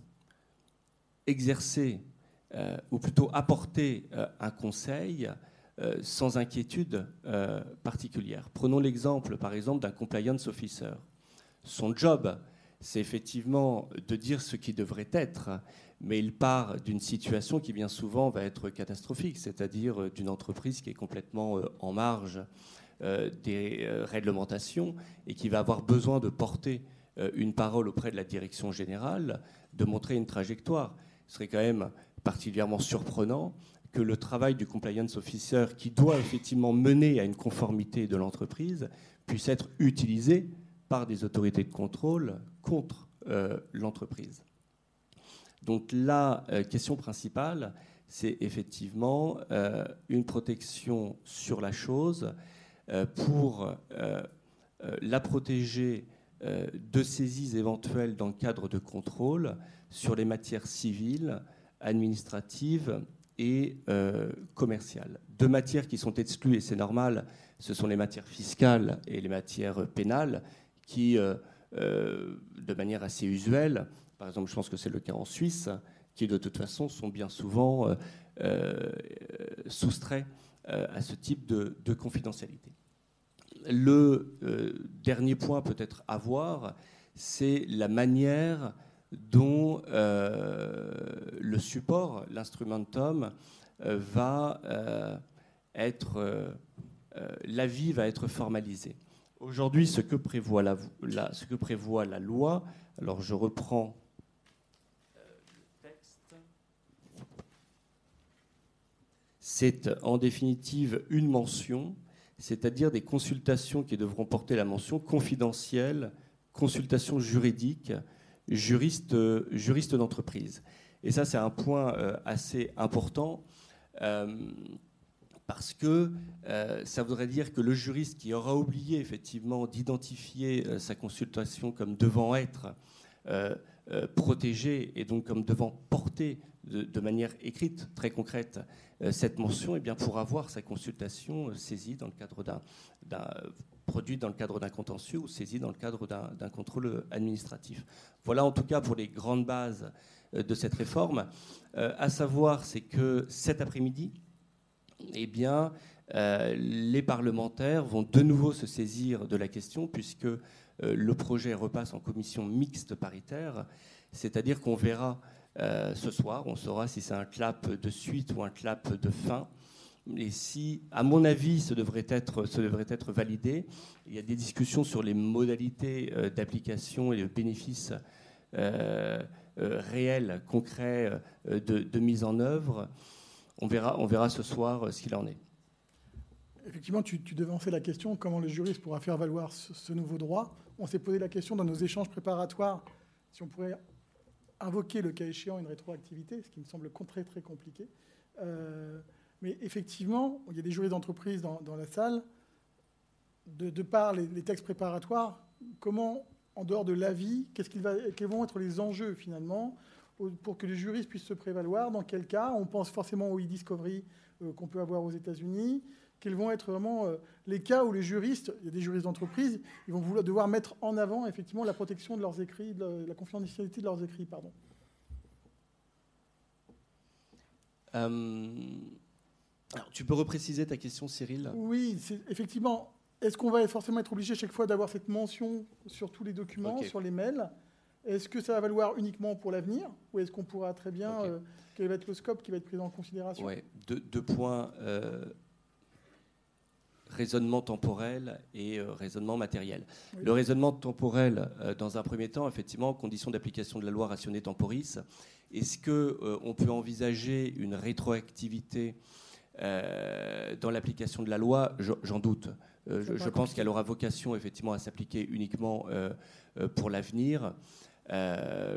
exercer Euh, ou plutôt apporter euh, un conseil euh, sans inquiétude euh, particulière. Prenons l'exemple, par exemple, d'un compliance officer. Son job, c'est effectivement de dire ce qui devrait être, mais il part d'une situation qui bien souvent va être catastrophique, c'est-à-dire d'une entreprise qui est complètement euh, en marge euh, des euh, réglementations et qui va avoir besoin de porter euh, une parole auprès de la direction générale, de montrer une trajectoire. Ce serait quand même particulièrement surprenant que le travail du compliance officer, qui doit effectivement mener à une conformité de l'entreprise, puisse être utilisé par des autorités de contrôle contre euh, l'entreprise. Donc la euh, question principale, c'est effectivement euh, une protection sur la chose euh, pour euh, euh, la protéger euh, de saisies éventuelles dans le cadre de contrôle sur les matières civiles, administratives et euh, commerciales. Deux matières qui sont exclues, et c'est normal, ce sont les matières fiscales et les matières pénales qui, euh, euh, de manière assez usuelle, par exemple, je pense que c'est le cas en Suisse, qui de toute façon sont bien souvent euh, euh, soustraits euh, à ce type de, de confidentialité. Le euh, dernier point peut-être à voir, c'est la manière dont euh, le support, l'instrumentum, euh, va euh, être, euh, euh, l'avis va être formalisé. Aujourd'hui, ce que prévoit la, la, ce que prévoit la loi, alors je reprends euh, le texte. c'est en définitive une mention, c'est-à-dire des consultations qui devront porter la mention confidentielle, consultation juridique, juriste, juriste d'entreprise. Et ça, c'est un point euh, assez important euh, parce que euh, ça voudrait dire que le juriste qui aura oublié effectivement d'identifier euh, sa consultation comme devant être euh, euh, protégée et donc comme devant porter de, de manière écrite, très concrète, euh, cette mention, eh bien, pourra avoir sa consultation euh, saisie dans le cadre d'un, d'un produit dans le cadre d'un contentieux ou saisie dans le cadre d'un, d'un contrôle administratif. Voilà en tout cas pour les grandes bases de cette réforme. Euh, à savoir, c'est que cet après-midi, eh bien, euh, les parlementaires vont de nouveau se saisir de la question puisque euh, le projet repasse en commission mixte paritaire, c'est-à-dire qu'on verra euh, ce soir, on saura si c'est un clap de suite ou un clap de fin. Et si, à mon avis, ce devrait être, ce devrait être validé, il y a des discussions sur les modalités euh, d'application et le bénéfice euh, euh, réel, concret euh, de, de mise en œuvre. On verra, on verra ce soir euh, ce qu'il en est. Effectivement, tu, tu devançais la question comment le juriste pourra faire valoir ce, ce nouveau droit. On s'est posé la question dans nos échanges préparatoires si on pourrait invoquer le cas échéant une rétroactivité, ce qui me semble très très compliqué. Euh, mais effectivement, il y a des juristes d'entreprise dans, dans la salle. De, de par les, les textes préparatoires, comment, en dehors de l'avis, qu'est-ce qu'il va, quels vont être les enjeux finalement pour que les juristes puissent se prévaloir? Dans quel cas? On pense forcément au e-discovery euh, qu'on peut avoir aux États-Unis. Quels vont être vraiment euh, les cas où les juristes, il y a des juristes d'entreprise, ils vont vouloir, devoir mettre en avant effectivement la protection de leurs écrits, de la, la confidentialité de leurs écrits, pardon. Euh, alors, tu peux repréciser ta question, Cyril? Oui, c'est, effectivement. Est-ce qu'on va forcément être obligé chaque fois d'avoir cette mention sur tous les documents, okay. sur les mails? Est-ce que ça va valoir uniquement pour l'avenir? Ou est-ce qu'on pourra très bien... Okay. Euh, quel va être le scope qui va être pris en considération? Oui, deux, deux points. Euh, raisonnement temporel et euh, raisonnement matériel. Oui. Le raisonnement temporel, euh, dans un premier temps, effectivement, conditions d'application de la loi rationnée temporis. Est-ce qu'on euh, peut envisager une rétroactivité euh, dans l'application de la loi? J'en doute. Euh, je, je pense qu'elle aura vocation effectivement à s'appliquer uniquement euh, euh, pour l'avenir. Euh,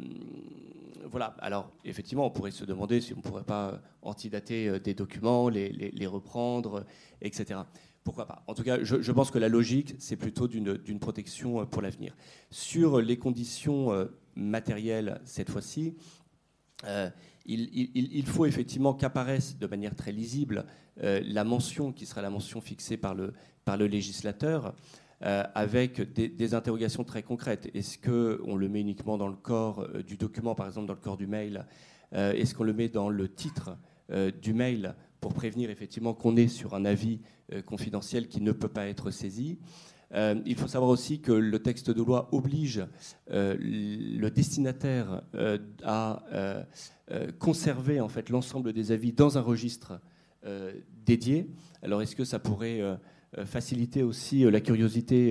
voilà. Alors, effectivement, on pourrait se demander si on ne pourrait pas antidater des documents, les, les, les reprendre, et cetera. Pourquoi pas? En tout cas, je, je pense que la logique, c'est plutôt d'une, d'une protection pour l'avenir. Sur les conditions matérielles, cette fois-ci, euh, il, il, il faut effectivement qu'apparaisse de manière très lisible euh, la mention qui sera la mention fixée par le, par le législateur, Euh, avec des, des interrogations très concrètes. Est-ce qu'on le met uniquement dans le corps euh, du document, par exemple dans le corps du mail? euh, Est-ce qu'on le met dans le titre euh, du mail pour prévenir effectivement qu'on est sur un avis euh, confidentiel qui ne peut pas être saisi? euh, Il faut savoir aussi que le texte de loi oblige euh, le destinataire euh, à euh, euh, conserver en fait, l'ensemble des avis dans un registre euh, dédié. Alors est-ce que ça pourrait... Euh, faciliter aussi la curiosité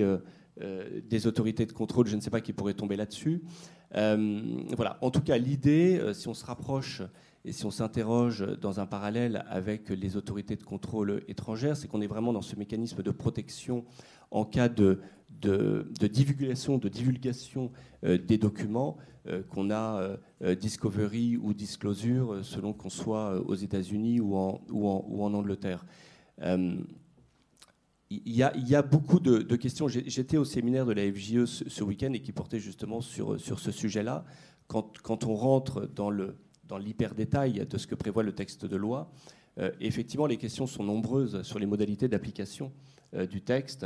des autorités de contrôle, je ne sais pas qui pourrait tomber là-dessus. Euh, voilà. En tout cas, l'idée, si on se rapproche et si on s'interroge dans un parallèle avec les autorités de contrôle étrangères, c'est qu'on est vraiment dans ce mécanisme de protection en cas de, de, de divulgation, de divulgation euh, des documents, euh, qu'on a euh, discovery ou disclosure, selon qu'on soit aux États-Unis ou en, ou en, ou en Angleterre. Euh, Il y, a, il y a beaucoup de, de questions. J'étais au séminaire de la F J E ce, ce week-end et qui portait justement sur, sur ce sujet-là. Quand, quand on rentre dans, le, dans l'hyper-détail de ce que prévoit le texte de loi, euh, effectivement, les questions sont nombreuses sur les modalités d'application euh, du texte.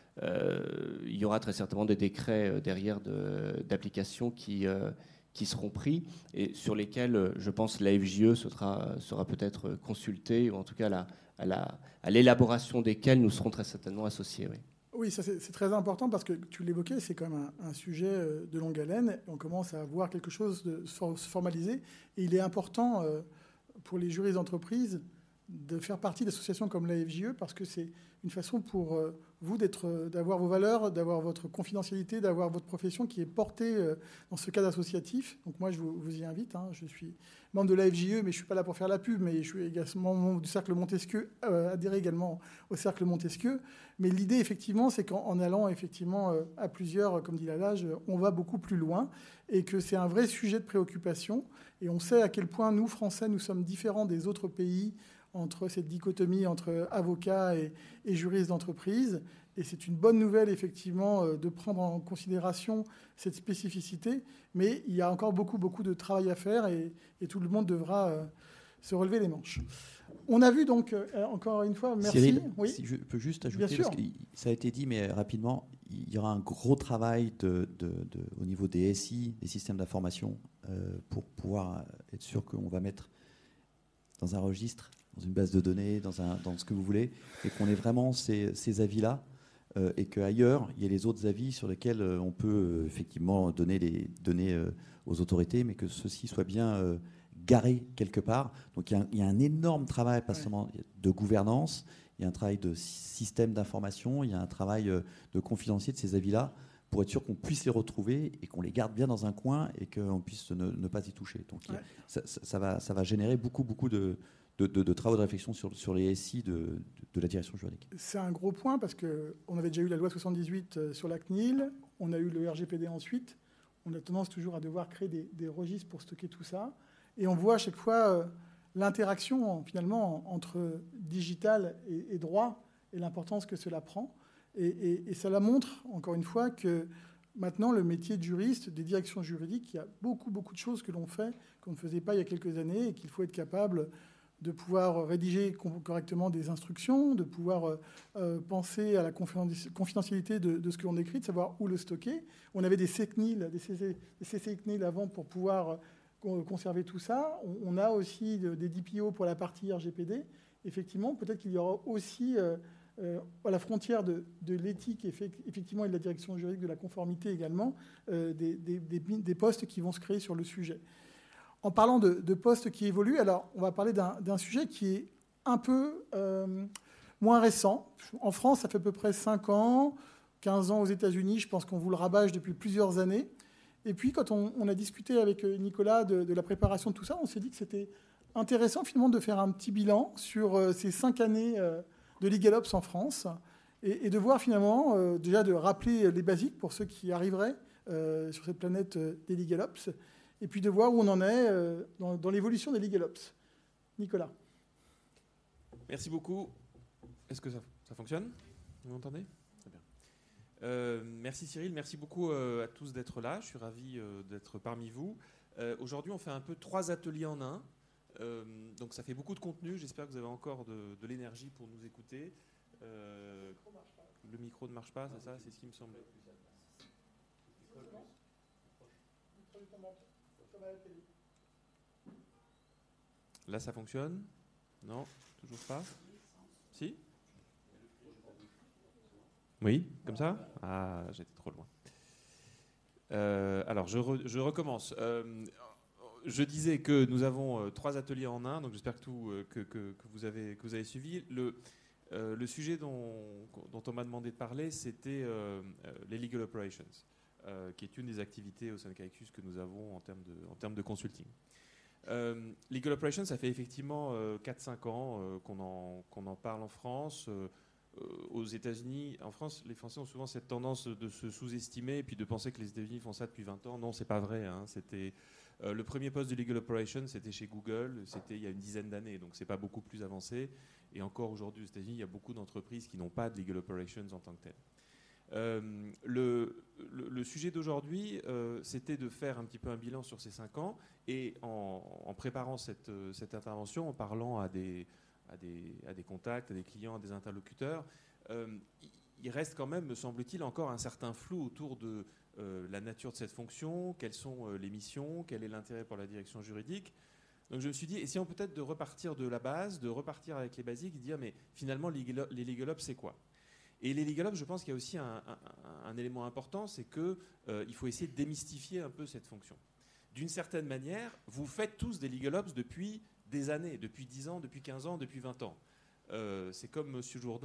Euh, il y aura très certainement des décrets derrière de, d'application qui, euh, qui seront pris et sur lesquels, je pense, la F J E sera, sera peut-être consultée, ou en tout cas la à, la, à l'élaboration desquels nous serons très certainement associés. Oui, oui ça c'est, c'est très important parce que tu l'évoquais, c'est quand même un, un sujet de longue haleine. On commence à voir quelque chose de se formaliser. Et il est important euh, pour les juristes d'entreprise de faire partie d'associations comme la F J E parce que c'est une façon pour, euh, vous, d'être, d'avoir vos valeurs, d'avoir votre confidentialité, d'avoir votre profession qui est portée euh, dans ce cadre associatif. Donc moi, je vous, vous y invite. Hein. Je suis membre de l'A F J E, mais je ne suis pas là pour faire la pub, mais je suis également membre du Cercle Montesquieu, euh, adhéré également au Cercle Montesquieu. Mais l'idée, effectivement, c'est qu'en en allant effectivement euh, à plusieurs, comme dit l'adage, on va beaucoup plus loin et que c'est un vrai sujet de préoccupation. Et on sait à quel point nous, Français, nous sommes différents des autres pays entre cette dichotomie entre avocats et, et juristes d'entreprise. Et c'est une bonne nouvelle, effectivement, de prendre en considération cette spécificité. Mais il y a encore beaucoup, beaucoup de travail à faire et, et tout le monde devra euh, se relever les manches. On a vu donc, euh, encore une fois, merci. Cyril, oui. si je peux juste ajouter, Bien sûr. parce que ça a été dit, mais rapidement, il y aura un gros travail de, de, de, au niveau des S I, des systèmes d'information, euh, pour pouvoir être sûr qu'on va mettre dans un registre, dans une base de données, dans, un, dans ce que vous voulez, et qu'on ait vraiment ces, ces avis-là, euh, et qu'ailleurs, il y ait les autres avis sur lesquels euh, on peut euh, effectivement donner les données euh, aux autorités, mais que ceci soit bien euh, garé quelque part. Donc il y a un, il y a un énorme travail, pas seulement de gouvernance, il y a un travail de système d'information, il y a un travail euh, de confidentialité de ces avis-là, pour être sûr qu'on puisse les retrouver et qu'on les garde bien dans un coin et qu'on puisse ne, ne pas y toucher. Donc ouais. ça, ça, ça, va, ça va générer beaucoup, beaucoup de... De, de, de travaux de réflexion sur, sur les S I de, de, de la direction juridique. C'est un gros point parce qu'on avait déjà eu la loi soixante-dix-huit sur la C N I L, on a eu le R G P D ensuite, on a tendance toujours à devoir créer des, des registres pour stocker tout ça, et on voit à chaque fois euh, l'interaction finalement entre digital et, et droit et l'importance que cela prend, et, et, et cela montre encore une fois que maintenant le métier de juriste, des directions juridiques, il y a beaucoup, beaucoup de choses que l'on fait qu'on ne faisait pas il y a quelques années et qu'il faut être capable de pouvoir rédiger correctement des instructions, de pouvoir euh, penser à la confidentialité de, de ce que l'on écrit, de savoir où le stocker. On avait des C C N I L, des C C C N I L avant pour pouvoir conserver tout ça. On, on a aussi des D P O pour la partie R G P D. Effectivement, peut-être qu'il y aura aussi, euh, euh, à la frontière de, de l'éthique effectivement, et de la direction juridique de la conformité également, euh, des, des, des, des postes qui vont se créer sur le sujet. En parlant de, de postes qui évoluent, alors on va parler d'un, d'un sujet qui est un peu euh, moins récent. En France, ça fait à peu près cinq ans, quinze ans aux États-Unis. Je pense qu'on vous le rabâche depuis plusieurs années. Et puis, quand on, on a discuté avec Nicolas de, de la préparation de tout ça, on s'est dit que c'était intéressant finalement de faire un petit bilan sur euh, ces cinq années euh, de LegalOps en France et, et de voir finalement, euh, déjà de rappeler les basiques pour ceux qui arriveraient euh, sur cette planète euh, des LegalOps, et puis de voir où on en est euh, dans, dans l'évolution des LegalOps. Nicolas. Merci beaucoup. Est-ce que ça, ça fonctionne ? Vous m'entendez ? Très bien. Euh, merci Cyril, merci beaucoup euh, à tous d'être là. Je suis ravi euh, d'être parmi vous. Euh, aujourd'hui, on fait un peu trois ateliers en un. Euh, donc ça fait beaucoup de contenu. J'espère que vous avez encore de, de l'énergie pour nous écouter. Euh, le micro ne marche pas, c'est ça ? C'est ce qui me semblait. Là, ça fonctionne ? Non ? Toujours pas ? Si ? Oui, comme ça ? Ah, j'étais trop loin. Euh, alors, je, re, je recommence. Euh, je disais que nous avons euh, trois ateliers en un, donc j'espère que, tout, euh, que, que, que, vous avez, que vous avez suivi. Le, euh, le sujet dont, dont on m'a demandé de parler, c'était euh, les legal operations, euh, qui est une des activités au sein de Caecus que nous avons en termes de, en termes de consulting. Euh, Legal Operations, ça fait effectivement euh, quatre cinq ans euh, qu'on, en, qu'on en parle en France. Euh, aux États-Unis, en France, les Français ont souvent cette tendance de se sous-estimer et puis de penser que les États-Unis font ça depuis vingt ans. Non, c'est pas vrai. Hein. C'était, euh, le premier poste de Legal Operations, c'était chez Google. C'était il y a une dizaine d'années, donc c'est pas beaucoup plus avancé. Et encore aujourd'hui aux États-Unis, il y a beaucoup d'entreprises qui n'ont pas de Legal Operations en tant que telles. Euh, le, le, le sujet d'aujourd'hui, euh, c'était de faire un petit peu un bilan sur ces cinq ans et en, en préparant cette, cette intervention, en parlant à des, à, des, à des contacts, à des clients, à des interlocuteurs, euh, il reste quand même, me semble-t-il, encore un certain flou autour de euh, la nature de cette fonction, quelles sont euh, les missions, quel est l'intérêt pour la direction juridique. Donc je me suis dit, essayons peut-être de repartir de la base, de repartir avec les basiques et de dire, mais finalement, les Legal Ops, c'est quoi ? Et les Legal Ops, je pense qu'il y a aussi un, un, un élément important, c'est qu'il euh, faut essayer de démystifier un peu cette fonction. D'une certaine manière, vous faites tous des Legal Ops depuis des années, depuis dix ans, depuis quinze ans, depuis vingt ans. Euh, c'est comme M. Jourdain,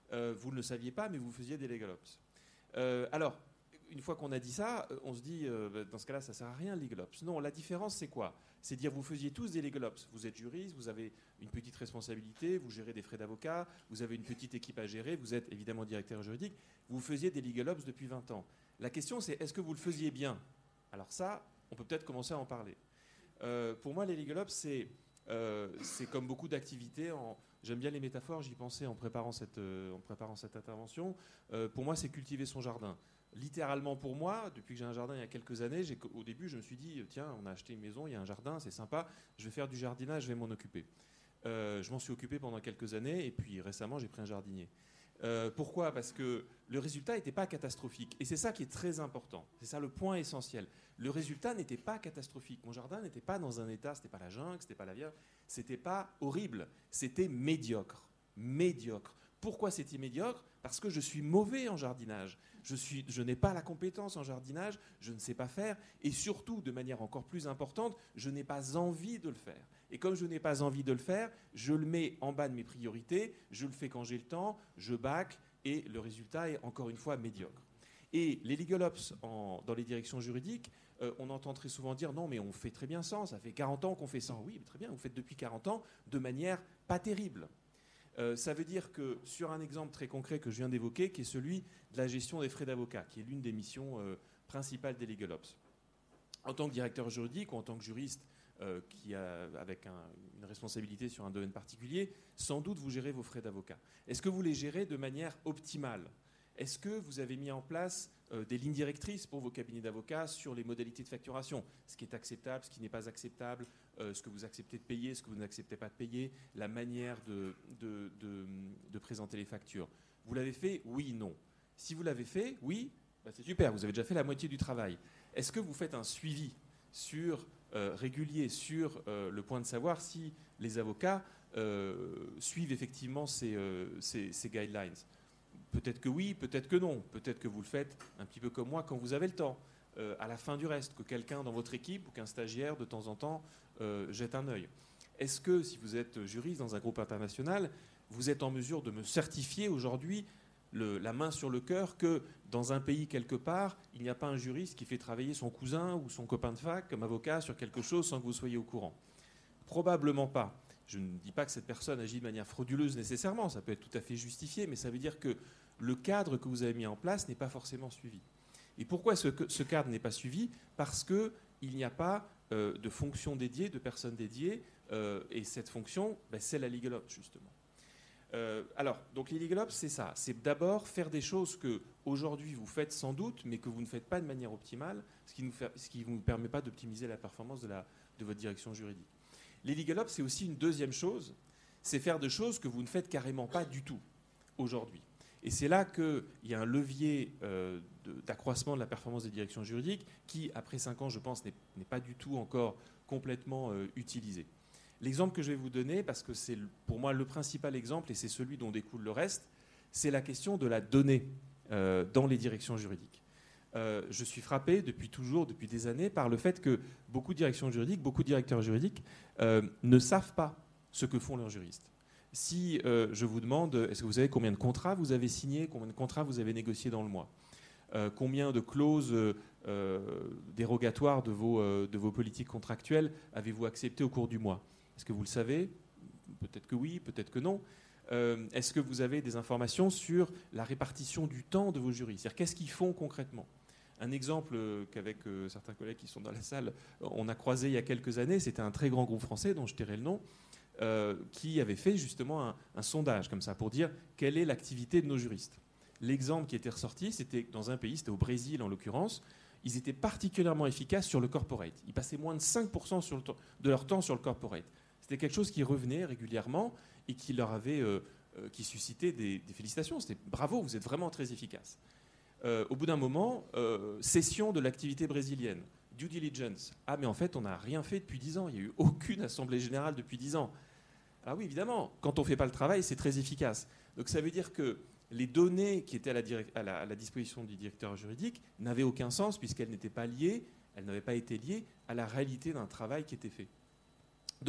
Euh, vous ne le saviez pas, mais vous faisiez des legal ops. Euh, alors, une fois qu'on a dit ça, on se dit, euh, dans ce cas-là, ça ne sert à rien, le legal ops. Non, la différence, c'est quoi? C'est dire, vous faisiez tous des legal ops. Vous êtes juriste, vous avez une petite responsabilité, vous gérez des frais d'avocat, vous avez une petite équipe à gérer, vous êtes évidemment directeur juridique, vous faisiez des legal ops depuis vingt ans. La question, c'est, est-ce que vous le faisiez bien? Alors ça, on peut peut-être commencer à en parler. Euh, pour moi, les legal ops, c'est, euh, c'est comme beaucoup d'activités. En, j'aime bien les métaphores, j'y pensais en préparant cette, euh, en préparant cette intervention. Euh, pour moi, c'est cultiver son jardin. Littéralement pour moi, depuis que j'ai un jardin il y a quelques années, j'ai, au début je me suis dit, tiens, on a acheté une maison, il y a un jardin, c'est sympa, je vais faire du jardinage, je vais m'en occuper. Euh, je m'en suis occupé pendant quelques années et puis récemment j'ai pris un jardinier. Euh, pourquoi? Parce que le résultat n'était pas catastrophique. Et c'est ça qui est très important. C'est ça le point essentiel. Le résultat n'était pas catastrophique. Mon jardin n'était pas dans un état, c'était pas la jungle, c'était pas la vierge, c'était pas horrible, c'était médiocre. Médiocre. Pourquoi c'était médiocre? Parce que je suis mauvais en jardinage. Je, suis, je n'ai pas la compétence en jardinage, je ne sais pas faire, et surtout, de manière encore plus importante, je n'ai pas envie de le faire. Et comme je n'ai pas envie de le faire, je le mets en bas de mes priorités, je le fais quand j'ai le temps, je bâcle, et le résultat est encore une fois médiocre. Et les legal ops en, dans les directions juridiques, euh, on entend très souvent dire non mais on fait très bien ça, ça fait quarante ans qu'on fait ça. Oui, très bien, vous faites depuis quarante ans de manière pas terrible. Euh, ça veut dire que sur un exemple très concret que je viens d'évoquer, qui est celui de la gestion des frais d'avocat, qui est l'une des missions euh, principales des legal ops. En tant que directeur juridique ou en tant que juriste euh, qui a, avec un, une responsabilité sur un domaine particulier, sans doute vous gérez vos frais d'avocat. Est-ce que vous les gérez de manière optimale? Est-ce que vous avez mis en place euh, des lignes directrices pour vos cabinets d'avocats sur les modalités de facturation, ce qui est acceptable, ce qui n'est pas acceptable, euh, ce que vous acceptez de payer, ce que vous n'acceptez pas de payer, la manière de, de, de, de présenter les factures? Vous l'avez fait? Oui, non. Si vous l'avez fait, oui, bah c'est super, vous avez déjà fait la moitié du travail. Est-ce que vous faites un suivi sur, euh, régulier sur euh, le point de savoir si les avocats euh, suivent effectivement ces, euh, ces, ces guidelines? Peut-être que oui, peut-être que non. Peut-être que vous le faites un petit peu comme moi quand vous avez le temps, euh, à la fin du reste, que quelqu'un dans votre équipe ou qu'un stagiaire de temps en temps euh, jette un œil. Est-ce que si vous êtes juriste dans un groupe international, vous êtes en mesure de me certifier aujourd'hui, le, la main sur le cœur, que dans un pays quelque part, il n'y a pas un juriste qui fait travailler son cousin ou son copain de fac comme avocat sur quelque chose sans que vous soyez au courant? Probablement pas. Je ne dis pas que cette personne agit de manière frauduleuse nécessairement, ça peut être tout à fait justifié, mais ça veut dire que le cadre que vous avez mis en place n'est pas forcément suivi. Et pourquoi ce, ce cadre n'est pas suivi? Parce qu'il n'y a pas euh, de fonction dédiée, de personnes dédiées, euh, et cette fonction, ben, c'est la legal ops, justement. Euh, alors, donc les legal ops, c'est ça. C'est d'abord faire des choses que aujourd'hui vous faites sans doute, mais que vous ne faites pas de manière optimale, ce qui ne vous permet pas d'optimiser la performance de, la, de votre direction juridique. Les legal ops, c'est aussi une deuxième chose, c'est faire des choses que vous ne faites carrément pas du tout aujourd'hui. Et c'est là qu'il y a un levier euh, de, d'accroissement de la performance des directions juridiques qui, après cinq ans, je pense, n'est, n'est pas du tout encore complètement euh, utilisé. L'exemple que je vais vous donner, parce que c'est pour moi le principal exemple, et c'est celui dont découle le reste, c'est la question de la donnée euh, dans les directions juridiques. Euh, je suis frappé depuis toujours, depuis des années, par le fait que beaucoup de directions juridiques, beaucoup de directeurs juridiques euh, ne savent pas ce que font leurs juristes. Si euh, je vous demande, est-ce que vous savez combien de contrats vous avez signés, combien de contrats vous avez négociés dans le mois, euh, combien de clauses euh, dérogatoires de vos, euh, de vos politiques contractuelles avez-vous acceptées au cours du mois? Est-ce que vous le savez? Peut-être que oui, peut-être que non. Euh, est-ce que vous avez des informations sur la répartition du temps de vos juristes? C'est-à-dire, qu'est-ce qu'ils font concrètement? Un exemple qu'avec euh, certains collègues qui sont dans la salle, on a croisé il y a quelques années, c'était un très grand groupe français dont je tairai le nom, euh, qui avait fait justement un, un sondage comme ça pour dire quelle est l'activité de nos juristes. L'exemple qui était ressorti, c'était dans un pays, c'était au Brésil en l'occurrence, ils étaient particulièrement efficaces sur le corporate. Ils passaient moins de cinq pour cent sur le temps, de leur temps sur le corporate. C'était quelque chose qui revenait régulièrement et qui leur avait, euh, euh, qui suscitait des, des félicitations. C'était bravo, vous êtes vraiment très efficace. Euh, au bout d'un moment, euh, cession de l'activité brésilienne, due diligence. Ah, mais en fait, on n'a rien fait depuis dix ans. Il n'y a eu aucune assemblée générale depuis dix ans. Ah oui, évidemment, quand on ne fait pas le travail, c'est très efficace. Donc ça veut dire que les données qui étaient à la, direct, à la, à la disposition du directeur juridique n'avaient aucun sens puisqu'elles n'étaient pas liées, elles n'avaient pas été liées à la réalité d'un travail qui était fait. Donc,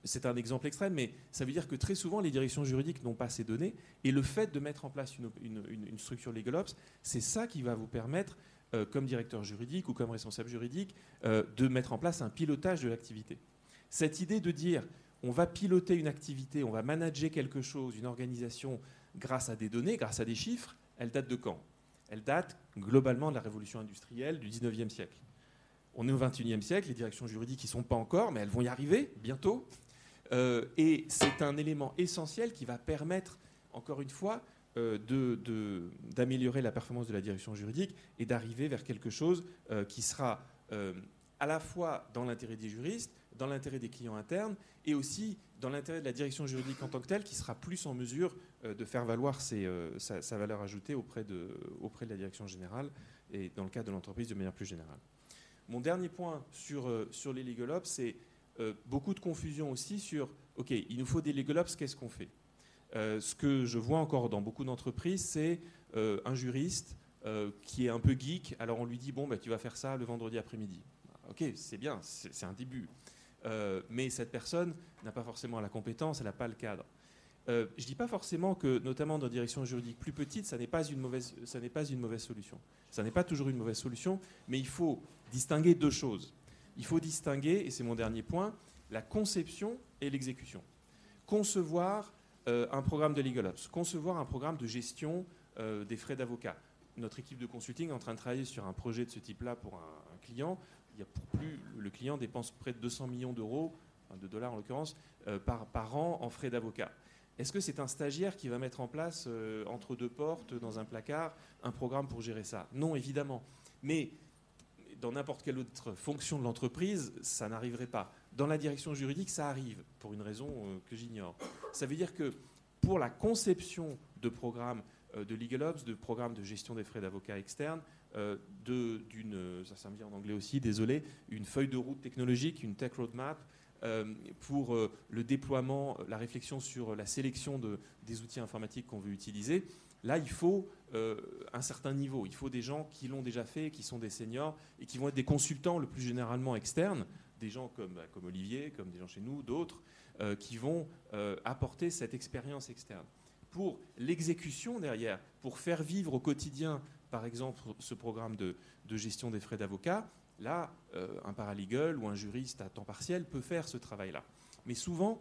c'est un exemple extrême, mais ça veut dire que très souvent, les directions juridiques n'ont pas ces données. Et le fait de mettre en place une, une, une, une structure LegalOps, c'est ça qui va vous permettre, euh, comme directeur juridique ou comme responsable juridique, euh, de mettre en place un pilotage de l'activité. Cette idée de dire, on va piloter une activité, on va manager quelque chose, une organisation, grâce à des données, grâce à des chiffres, elle date de quand ? Elle date globalement de la révolution industrielle du dix-neuvième siècle. On est au vingt et unième siècle, les directions juridiques n'y sont pas encore, mais elles vont y arriver bientôt. Euh, et c'est un élément essentiel qui va permettre, encore une fois, euh, de, de, d'améliorer la performance de la direction juridique et d'arriver vers quelque chose euh, qui sera euh, à la fois dans l'intérêt des juristes, dans l'intérêt des clients internes et aussi dans l'intérêt de la direction juridique en tant que telle, qui sera plus en mesure euh, de faire valoir ses, euh, sa, sa valeur ajoutée auprès de, auprès de la direction générale et dans le cadre de l'entreprise de manière plus générale. Mon dernier point sur, euh, sur les LegalOps, c'est euh, beaucoup de confusion aussi sur « OK, il nous faut des LegalOps, qu'est-ce qu'on fait ?» euh, Ce que je vois encore dans beaucoup d'entreprises, c'est euh, un juriste euh, qui est un peu geek, alors on lui dit « Bon, bah, tu vas faire ça le vendredi après-midi. » Ok, c'est bien, c'est, c'est un début. Euh, mais cette personne n'a pas forcément la compétence, elle n'a pas le cadre. Euh, je ne dis pas forcément que, notamment dans des directions juridiques plus petites, ça n'est pas une mauvaise, ça n'est pas une mauvaise solution. Ça n'est pas toujours une mauvaise solution, mais il faut distinguer deux choses. Il faut distinguer, et c'est mon dernier point, la conception et l'exécution. Concevoir euh, un programme de LegalOps, concevoir un programme de gestion euh, des frais d'avocat. Notre équipe de consulting est en train de travailler sur un projet de ce type-là pour un, un client. Il y a pour plus, le client dépense près de deux cents millions d'euros, enfin de dollars en l'occurrence, euh, par, par an en frais d'avocat. Est-ce que c'est un stagiaire qui va mettre en place, euh, entre deux portes, dans un placard, un programme pour gérer ça ? Non, évidemment. Mais dans n'importe quelle autre fonction de l'entreprise, ça n'arriverait pas. Dans la direction juridique, ça arrive, pour une raison euh, que j'ignore. Ça veut dire que pour la conception de programmes euh, de LegalOps, de programmes de gestion des frais d'avocat externes, euh, de, d'une, ça, ça me vient en anglais aussi, désolé, une feuille de route technologique, une tech roadmap, Euh, pour euh, le déploiement, la réflexion sur la sélection de, des outils informatiques qu'on veut utiliser, là, il faut euh, un certain niveau. Il faut des gens qui l'ont déjà fait, qui sont des seniors et qui vont être des consultants le plus généralement externes, des gens comme, comme Olivier, comme des gens chez nous, d'autres, euh, qui vont euh, apporter cette expérience externe. Pour l'exécution derrière, pour faire vivre au quotidien, par exemple, ce programme de, de gestion des frais d'avocat, là, euh, un paralegal ou un juriste à temps partiel peut faire ce travail-là. Mais souvent,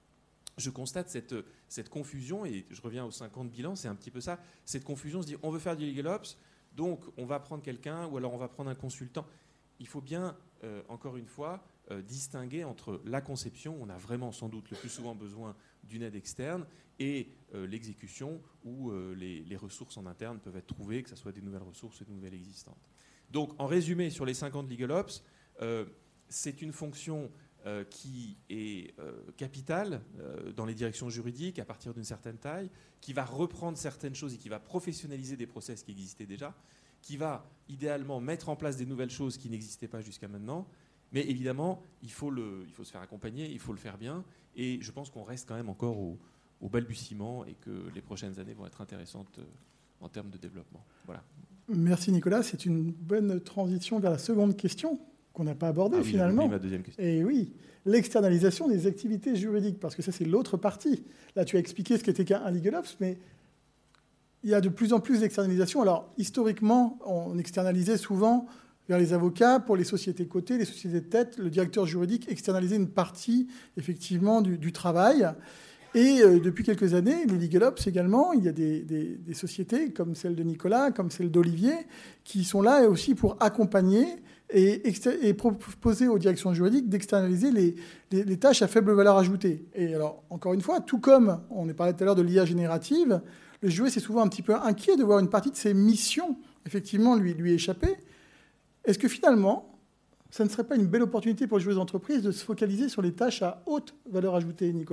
je constate cette, cette confusion, et je reviens aux cinq ans de bilan, c'est un petit peu ça, cette confusion, on se dit, on veut faire du LegalOps, donc on va prendre quelqu'un, ou alors on va prendre un consultant. Il faut bien, euh, encore une fois, euh, distinguer entre la conception, on a vraiment sans doute le plus souvent besoin d'une aide externe, et euh, l'exécution, où euh, les, les ressources en interne peuvent être trouvées, que ce soit des nouvelles ressources ou des nouvelles existantes. Donc, en résumé, sur les cinq ans de LegalOps, euh, c'est une fonction euh, qui est euh, capitale euh, dans les directions juridiques à partir d'une certaine taille, qui va reprendre certaines choses et qui va professionnaliser des process qui existaient déjà, qui va idéalement mettre en place des nouvelles choses qui n'existaient pas jusqu'à maintenant. Mais évidemment, il faut, le, il faut se faire accompagner, il faut le faire bien. Et je pense qu'on reste quand même encore au, au balbutiement et que les prochaines années vont être intéressantes en termes de développement. Voilà. Merci Nicolas, c'est une bonne transition vers la seconde question qu'on n'a pas abordée ah oui, finalement. Ma deuxième question. Et oui, l'externalisation des activités juridiques, parce que ça c'est l'autre partie. Là tu as expliqué ce qu'était qu'un LegalOps, mais il y a de plus en plus d'externalisation. Alors historiquement, on externalisait souvent vers les avocats, pour les sociétés cotées, les sociétés de tête, le directeur juridique externalisait une partie effectivement du, du travail. Et euh, depuis quelques années, les LegalOps également, il y a des, des, des sociétés comme celle de Nicolas, comme celle d'Olivier, qui sont là aussi pour accompagner et, et proposer aux directions juridiques d'externaliser les, les, les tâches à faible valeur ajoutée. Et alors, encore une fois, tout comme on parlait tout à l'heure de l'I A générative, le juriste est souvent un petit peu inquiet de voir une partie de ses missions, effectivement, lui, lui échapper. Est-ce que finalement, ça ne serait pas une belle opportunité pour les juriste d'entreprise de se focaliser sur les tâches à haute valeur ajoutée, Nicolas ?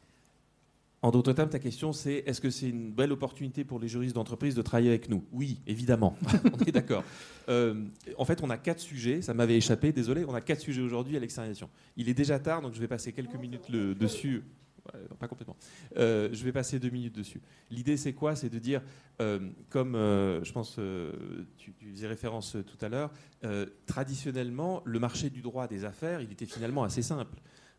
En d'autres termes, ta question, c'est est-ce que c'est une belle opportunité pour les juristes d'entreprise de travailler avec nous ? Oui, évidemment. On est d'accord. Euh, en fait, on a quatre sujets. Ça m'avait échappé, désolé. On a quatre sujets aujourd'hui à l'externalisation. Il est déjà tard, donc je vais passer quelques minutes le, dessus. Ouais, non, pas complètement. Euh, je vais passer deux minutes dessus. L'idée, c'est quoi ? C'est de dire, euh, comme euh, je pense euh, tu, tu faisais référence tout à l'heure, euh, traditionnellement, le marché du droit des affaires, il était finalement assez simple.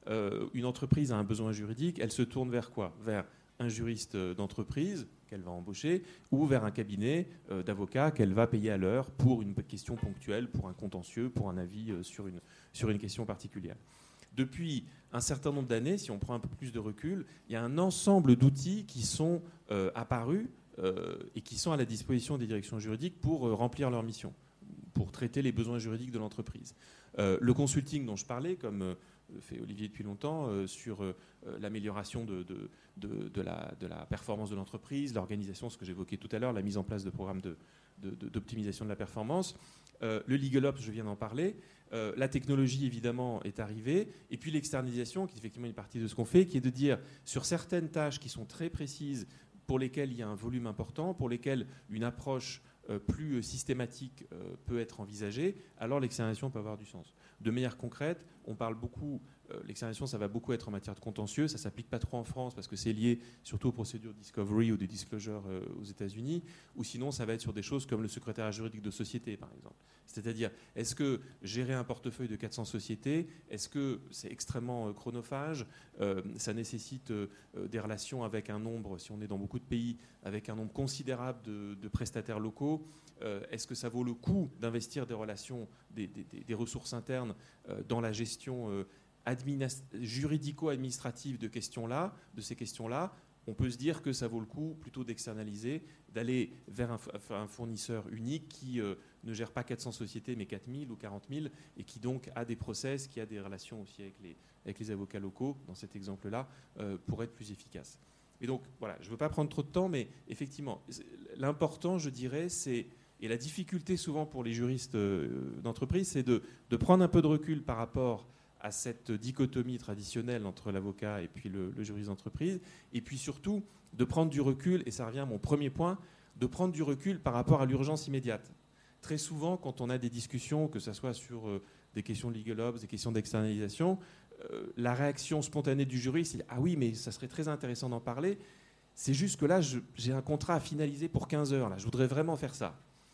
euh, une entreprise a un besoin juridique, elle se tourne vers quoi? Vers un juriste d'entreprise qu'elle va embaucher ou vers un cabinet euh, d'avocats qu'elle va payer à l'heure pour une question ponctuelle, pour un contentieux, pour un avis euh, sur, une, sur une question particulière. Depuis un certain nombre d'années, si on prend un peu plus de recul, il y a un ensemble d'outils qui sont euh, apparus euh, et qui sont à la disposition des directions juridiques pour euh, remplir leur mission, pour traiter les besoins juridiques de l'entreprise. Euh, le consulting dont je parlais, comme euh, fait Olivier depuis longtemps, euh, sur euh, l'amélioration de, de, de, de, la, de la performance de l'entreprise, l'organisation, ce que j'évoquais tout à l'heure, la mise en place de programmes de, de, de, d'optimisation de la performance. Euh, le Legal Ops, je viens d'en parler. Euh, la technologie, évidemment, est arrivée. Et puis l'externalisation, qui est effectivement une partie de ce qu'on fait, qui est de dire, sur certaines tâches qui sont très précises, pour lesquelles il y a un volume important, pour lesquelles une approche euh, plus systématique euh, peut être envisagée, alors l'externalisation peut avoir du sens. De manière concrète, on parle beaucoup, euh, l'externalisation, ça va beaucoup être en matière de contentieux, ça ne s'applique pas trop en France parce que c'est lié surtout aux procédures discovery ou de disclosure euh, aux États-Unis, ou sinon ça va être sur des choses comme le secrétariat juridique de société, par exemple. C'est-à-dire, est-ce que gérer un portefeuille de quatre cents sociétés, est-ce que c'est extrêmement euh, chronophage, euh, ça nécessite euh, des relations avec un nombre, si on est dans beaucoup de pays, avec un nombre considérable de, de prestataires locaux. Euh, est-ce que ça vaut le coup d'investir des relations, des, des, des ressources internes euh, dans la gestion euh, administ- juridico-administrative de questions-là, de ces questions-là? On peut se dire que ça vaut le coup plutôt d'externaliser, d'aller vers un, un fournisseur unique qui euh, ne gère pas quatre cents sociétés mais quatre mille ou quarante mille et qui donc a des process, qui a des relations aussi avec les, avec les avocats locaux, dans cet exemple-là, euh, pour être plus efficace. Et donc, voilà, je ne veux pas prendre trop de temps, mais effectivement, l'important, je dirais, c'est, et la difficulté souvent pour les juristes d'entreprise, c'est de, de prendre un peu de recul par rapport à cette dichotomie traditionnelle entre l'avocat et puis le, le juriste d'entreprise, et puis surtout de prendre du recul, et ça revient à mon premier point, de prendre du recul par rapport à l'urgence immédiate. Très souvent, quand on a des discussions, que ce soit sur euh, des questions de legal ops, des questions d'externalisation, euh, la réaction spontanée du juriste, c'est « Ah oui, mais ça serait très intéressant d'en parler. C'est juste que là, je, j'ai un contrat à finaliser pour quinze heures. Là. Je voudrais vraiment faire ça. »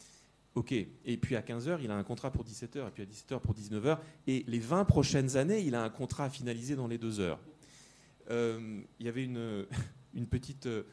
Ok. Et puis à quinze heures, il a un contrat pour dix-sept heures, et puis à dix-sept heures pour dix-neuf heures. Et les vingt prochaines années, il a un contrat à finaliser dans les deux heures. Euh, il y avait une, une petite... Euh,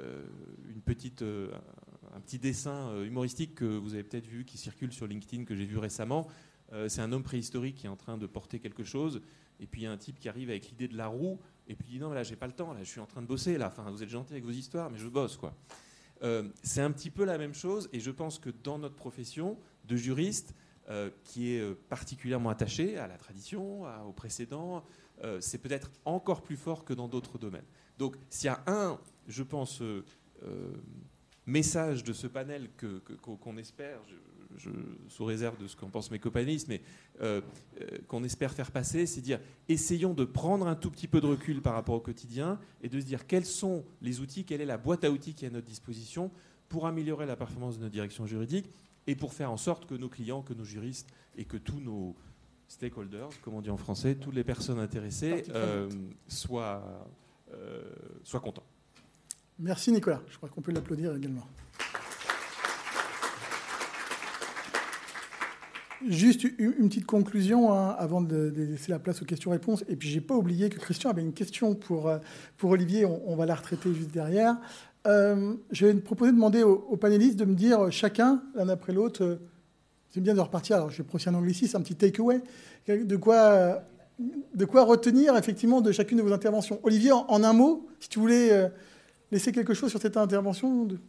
une petite euh, un petit dessin humoristique que vous avez peut-être vu, qui circule sur LinkedIn, que j'ai vu récemment. Euh, c'est un homme préhistorique qui est en train de porter quelque chose, et puis il y a un type qui arrive avec l'idée de la roue, et puis il dit non, mais là j'ai pas le temps, là je suis en train de bosser, là. Enfin, vous êtes gentil avec vos histoires, mais je bosse, quoi. Euh, c'est un petit peu la même chose, et je pense que dans notre profession de juriste, euh, qui est particulièrement attachée à la tradition, à, au précédent, euh, c'est peut-être encore plus fort que dans d'autres domaines. Donc s'il y a un, je pense, euh, euh, message de ce panel que, que, qu'on espère, je, je, sous réserve de ce qu'en pensent mes copanistes, mais euh, euh, qu'on espère faire passer, c'est dire essayons de prendre un tout petit peu de recul par rapport au quotidien et de se dire quels sont les outils, quelle est la boîte à outils qui est à notre disposition pour améliorer la performance de notre direction juridique et pour faire en sorte que nos clients, que nos juristes et que tous nos stakeholders, comme on dit en français, toutes les personnes intéressées euh, soient, euh, soient contents. Merci Nicolas, je crois qu'on peut l'applaudir également. Juste une petite conclusion hein, avant de, de laisser la place aux questions-réponses. Et puis, je n'ai pas oublié que Christian avait une question pour, pour Olivier. On, on va la retraiter juste derrière. Euh, je vais proposer de demander aux, aux panélistes de me dire chacun, l'un après l'autre, euh, c'est bien de repartir. Alors, je vais prononcer en anglicisme, un petit take-away. De quoi, de quoi retenir, effectivement, de chacune de vos interventions. Olivier, en, en un mot, si tu voulais euh, laisser quelque chose sur cette intervention de...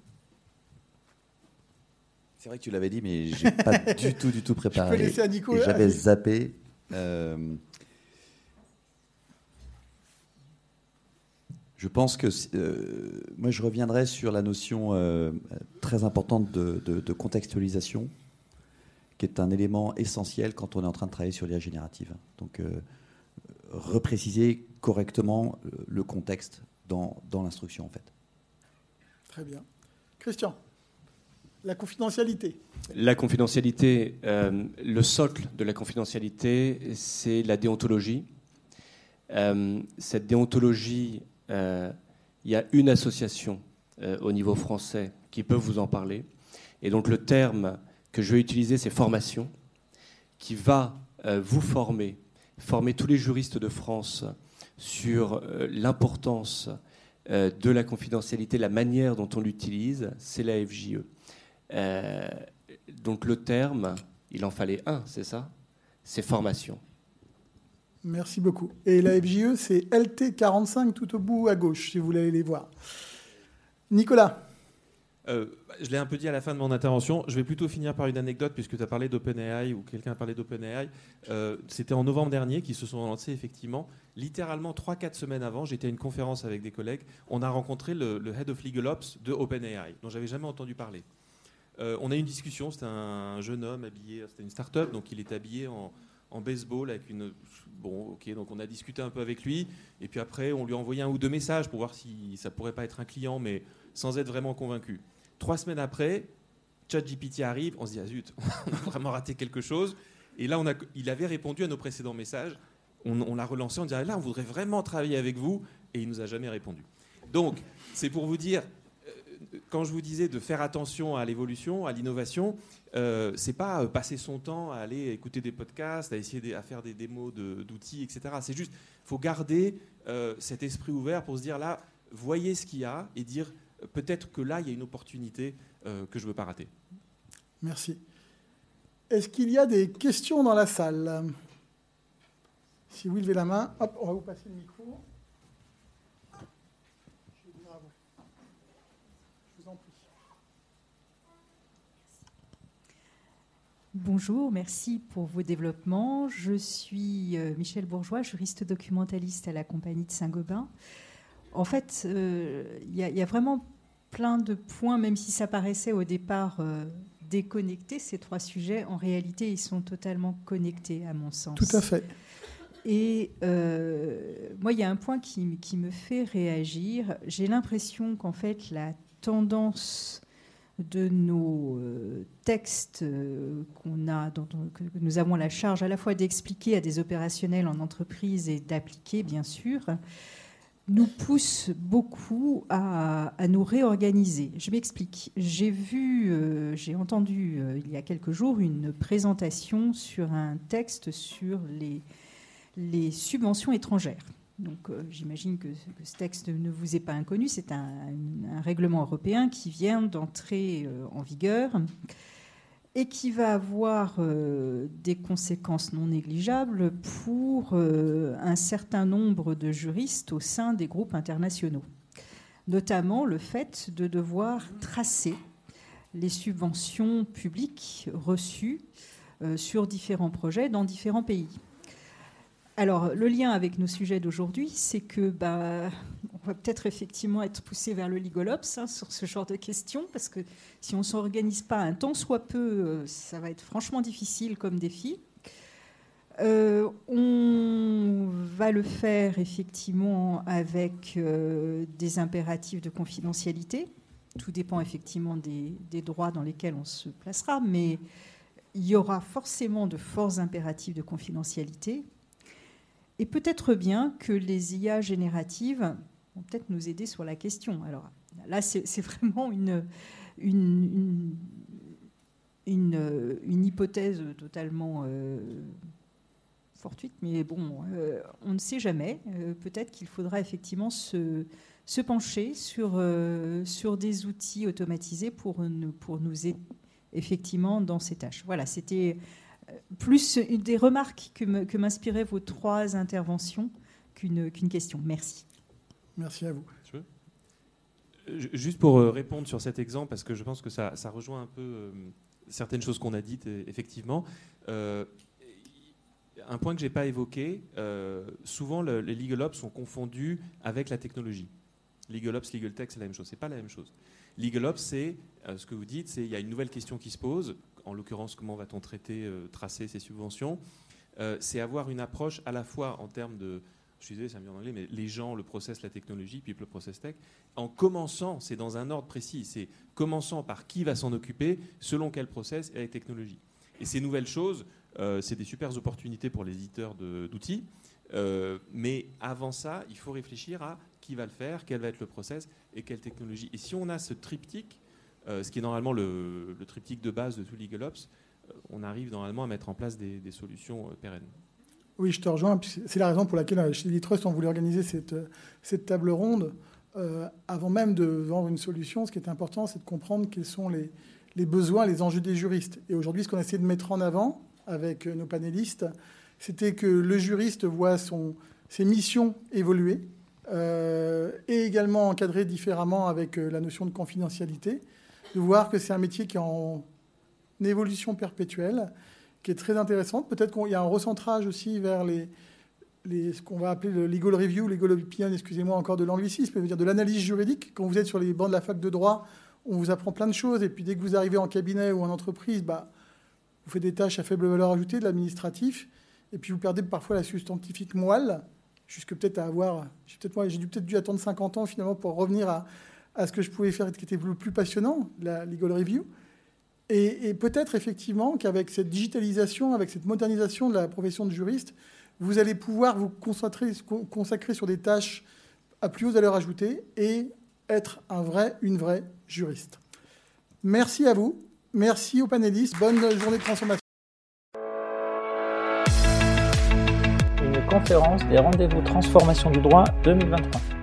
C'est vrai que tu l'avais dit, mais je n'ai pas du tout, du tout préparé. Je peux laisser à Nico. Et j'avais zappé. Euh, je pense que euh, moi, je reviendrai sur la notion euh, très importante de, de, de contextualisation, qui est un élément essentiel quand on est en train de travailler sur l'I A générative. Donc, euh, repréciser correctement le contexte dans, dans l'instruction, en fait. Très bien. Christian. La confidentialité. La confidentialité, euh, le socle de la confidentialité, c'est la déontologie. Euh, cette déontologie, euh, il y a une association euh, au niveau français qui peut vous en parler. Et donc le terme que je vais utiliser, c'est formation, qui va euh, vous former former tous les juristes de France sur euh, l'importance euh, de la confidentialité, la manière dont on l'utilise, c'est la F J E. Euh, donc le terme, il en fallait un, c'est ça ? C'est formation. Merci beaucoup. Et la F J E, c'est L T quarante-cinq tout au bout à gauche, si vous voulez aller les voir. Nicolas. Euh, je l'ai un peu dit à la fin de mon intervention. Je vais plutôt finir par une anecdote, puisque tu as parlé d'OpenAI, ou quelqu'un a parlé d'OpenAI. Euh, c'était en novembre dernier qu'ils se sont lancés, effectivement. Littéralement, trois quatre semaines avant, j'étais à une conférence avec des collègues. On a rencontré le, le Head of Legal Ops de OpenAI, dont j'avais jamais entendu parler. Euh, on a eu une discussion. C'était un jeune homme habillé, c'était une start-up, donc il était habillé en, en baseball avec une... Bon, ok, donc on a discuté un peu avec lui. Et puis après, on lui a envoyé un ou deux messages pour voir si ça pourrait pas être un client, mais sans être vraiment convaincu. Trois semaines après, ChatGPT arrive, on se dit ah zut, on a vraiment raté quelque chose. Et là, on a, il avait répondu à nos précédents messages. On, on l'a relancé, on dirait là, on voudrait vraiment travailler avec vous, et il nous a jamais répondu. Donc, c'est pour vous dire, euh, quand je vous disais de faire attention à l'évolution, à l'innovation, euh, c'est pas passer son temps à aller écouter des podcasts, à essayer de, à faire des démos de, d'outils, et cetera. C'est juste, faut garder euh, cet esprit ouvert pour se dire là, voyez ce qu'il y a et dire peut-être que là, il y a une opportunité euh, que je ne veux pas rater. Merci. Est-ce qu'il y a des questions dans la salle ? Si vous levez la main, hop, on va vous passer le micro. Je vais dire à vous. Je vous en prie. Bonjour, merci pour vos développements. Je suis Michel Bourgeois, juriste documentaliste à la Compagnie de Saint-Gobain. En fait, il euh, y, y a vraiment plein de points, même si ça paraissait au départ euh, déconnecté, ces trois sujets, en réalité, ils sont totalement connectés, à mon sens. Tout à fait. Et euh, moi, il y a un point qui, qui me fait réagir. J'ai l'impression qu'en fait, la tendance de nos euh, textes euh, qu'on a, dont on, que nous avons la charge à la fois d'expliquer à des opérationnels en entreprise et d'appliquer, bien sûr, nous pousse beaucoup à, à nous réorganiser. Je m'explique. J'ai vu, euh, j'ai entendu euh, il y a quelques jours une présentation sur un texte sur les, les subventions étrangères. Donc, euh, j'imagine que, que ce texte ne vous est pas inconnu. C'est un, un règlement européen qui vient d'entrer euh, en vigueur et qui va avoir euh, des conséquences non négligeables pour euh, un certain nombre de juristes au sein des groupes internationaux. Notamment le fait de devoir tracer les subventions publiques reçues euh, sur différents projets dans différents pays. Alors, le lien avec nos sujets d'aujourd'hui, c'est que bah, on va peut-être effectivement être poussé vers le Legal Ops hein, sur ce genre de questions, parce que si on ne s'organise pas un tant soit peu, euh, ça va être franchement difficile comme défi. Euh, on va le faire effectivement avec euh, des impératifs de confidentialité. Tout dépend effectivement des, des droits dans lesquels on se placera, mais il y aura forcément de forts impératifs de confidentialité. Et peut-être bien que les I A génératives vont peut-être nous aider sur la question. Alors là, c'est, c'est vraiment une, une, une, une, une hypothèse totalement euh, fortuite, mais bon, euh, on ne sait jamais. Euh, peut-être qu'il faudra effectivement se, se pencher sur, euh, sur des outils automatisés pour nous, pour nous aider effectivement dans ces tâches. Voilà, c'était plus des remarques que, me, que m'inspiraient vos trois interventions qu'une, qu'une question. Merci. Merci à vous. Juste pour répondre sur cet exemple, parce que je pense que ça, ça rejoint un peu euh, certaines choses qu'on a dites, effectivement. Euh, un point que je n'ai pas évoqué, euh, souvent le, les Legal Ops sont confondus avec la technologie. Legal Ops, Legal Tech, c'est la même chose. Ce n'est pas la même chose. Legal Ops, c'est euh, ce que vous dites, c'est il y a une nouvelle question qui se pose. En l'occurrence, comment va-t-on traiter, euh, tracer ces subventions euh, C'est avoir une approche à la fois en termes de, je suis désolé, ça me vient en anglais, mais les gens, le process, la technologie, puis le process tech, en commençant, c'est dans un ordre précis, c'est commençant par qui va s'en occuper, selon quel process et la technologie. Et ces nouvelles choses, euh, c'est des super opportunités pour les éditeurs de, d'outils, euh, mais avant ça, il faut réfléchir à qui va le faire, quel va être le process et quelle technologie. Et si on a ce triptyque, Euh, ce qui est normalement le, le triptyque de base de tout Legal Ops, euh, on arrive normalement à mettre en place des, des solutions euh, pérennes. Oui, je te rejoins. C'est la raison pour laquelle chez Litrust, on voulait organiser cette, cette table ronde. Euh, avant même de vendre une solution, ce qui est important, c'est de comprendre quels sont les, les besoins, les enjeux des juristes. Et aujourd'hui, ce qu'on a essayé de mettre en avant avec nos panélistes, c'était que le juriste voit son, ses missions évoluer euh, et également encadrer différemment avec la notion de confidentialité, de voir que c'est un métier qui est en évolution perpétuelle, qui est très intéressante. Peut-être qu'il y a un recentrage aussi vers les, les, ce qu'on va appeler le legal review, legal opinion, excusez-moi encore de l'anglicisme, c'est-à-dire de l'analyse juridique. Quand vous êtes sur les bancs de la fac de droit, on vous apprend plein de choses, et puis dès que vous arrivez en cabinet ou en entreprise, bah, vous faites des tâches à faible valeur ajoutée, de l'administratif, et puis vous perdez parfois la substantifique moelle, jusque peut-être à avoir... J'ai, peut-être, moi, j'ai dû, peut-être dû attendre cinquante ans finalement pour revenir à, à ce que je pouvais faire, qui était le plus passionnant, la legal review. Et, et peut-être effectivement qu'avec cette digitalisation, avec cette modernisation de la profession de juriste, vous allez pouvoir vous concentrer, consacrer sur des tâches à plus haute valeur ajoutée et être un vrai, une vraie juriste. Merci à vous. Merci aux panélistes. Bonne journée de transformation. Une conférence des rendez-vous transformation du droit deux mille vingt-trois.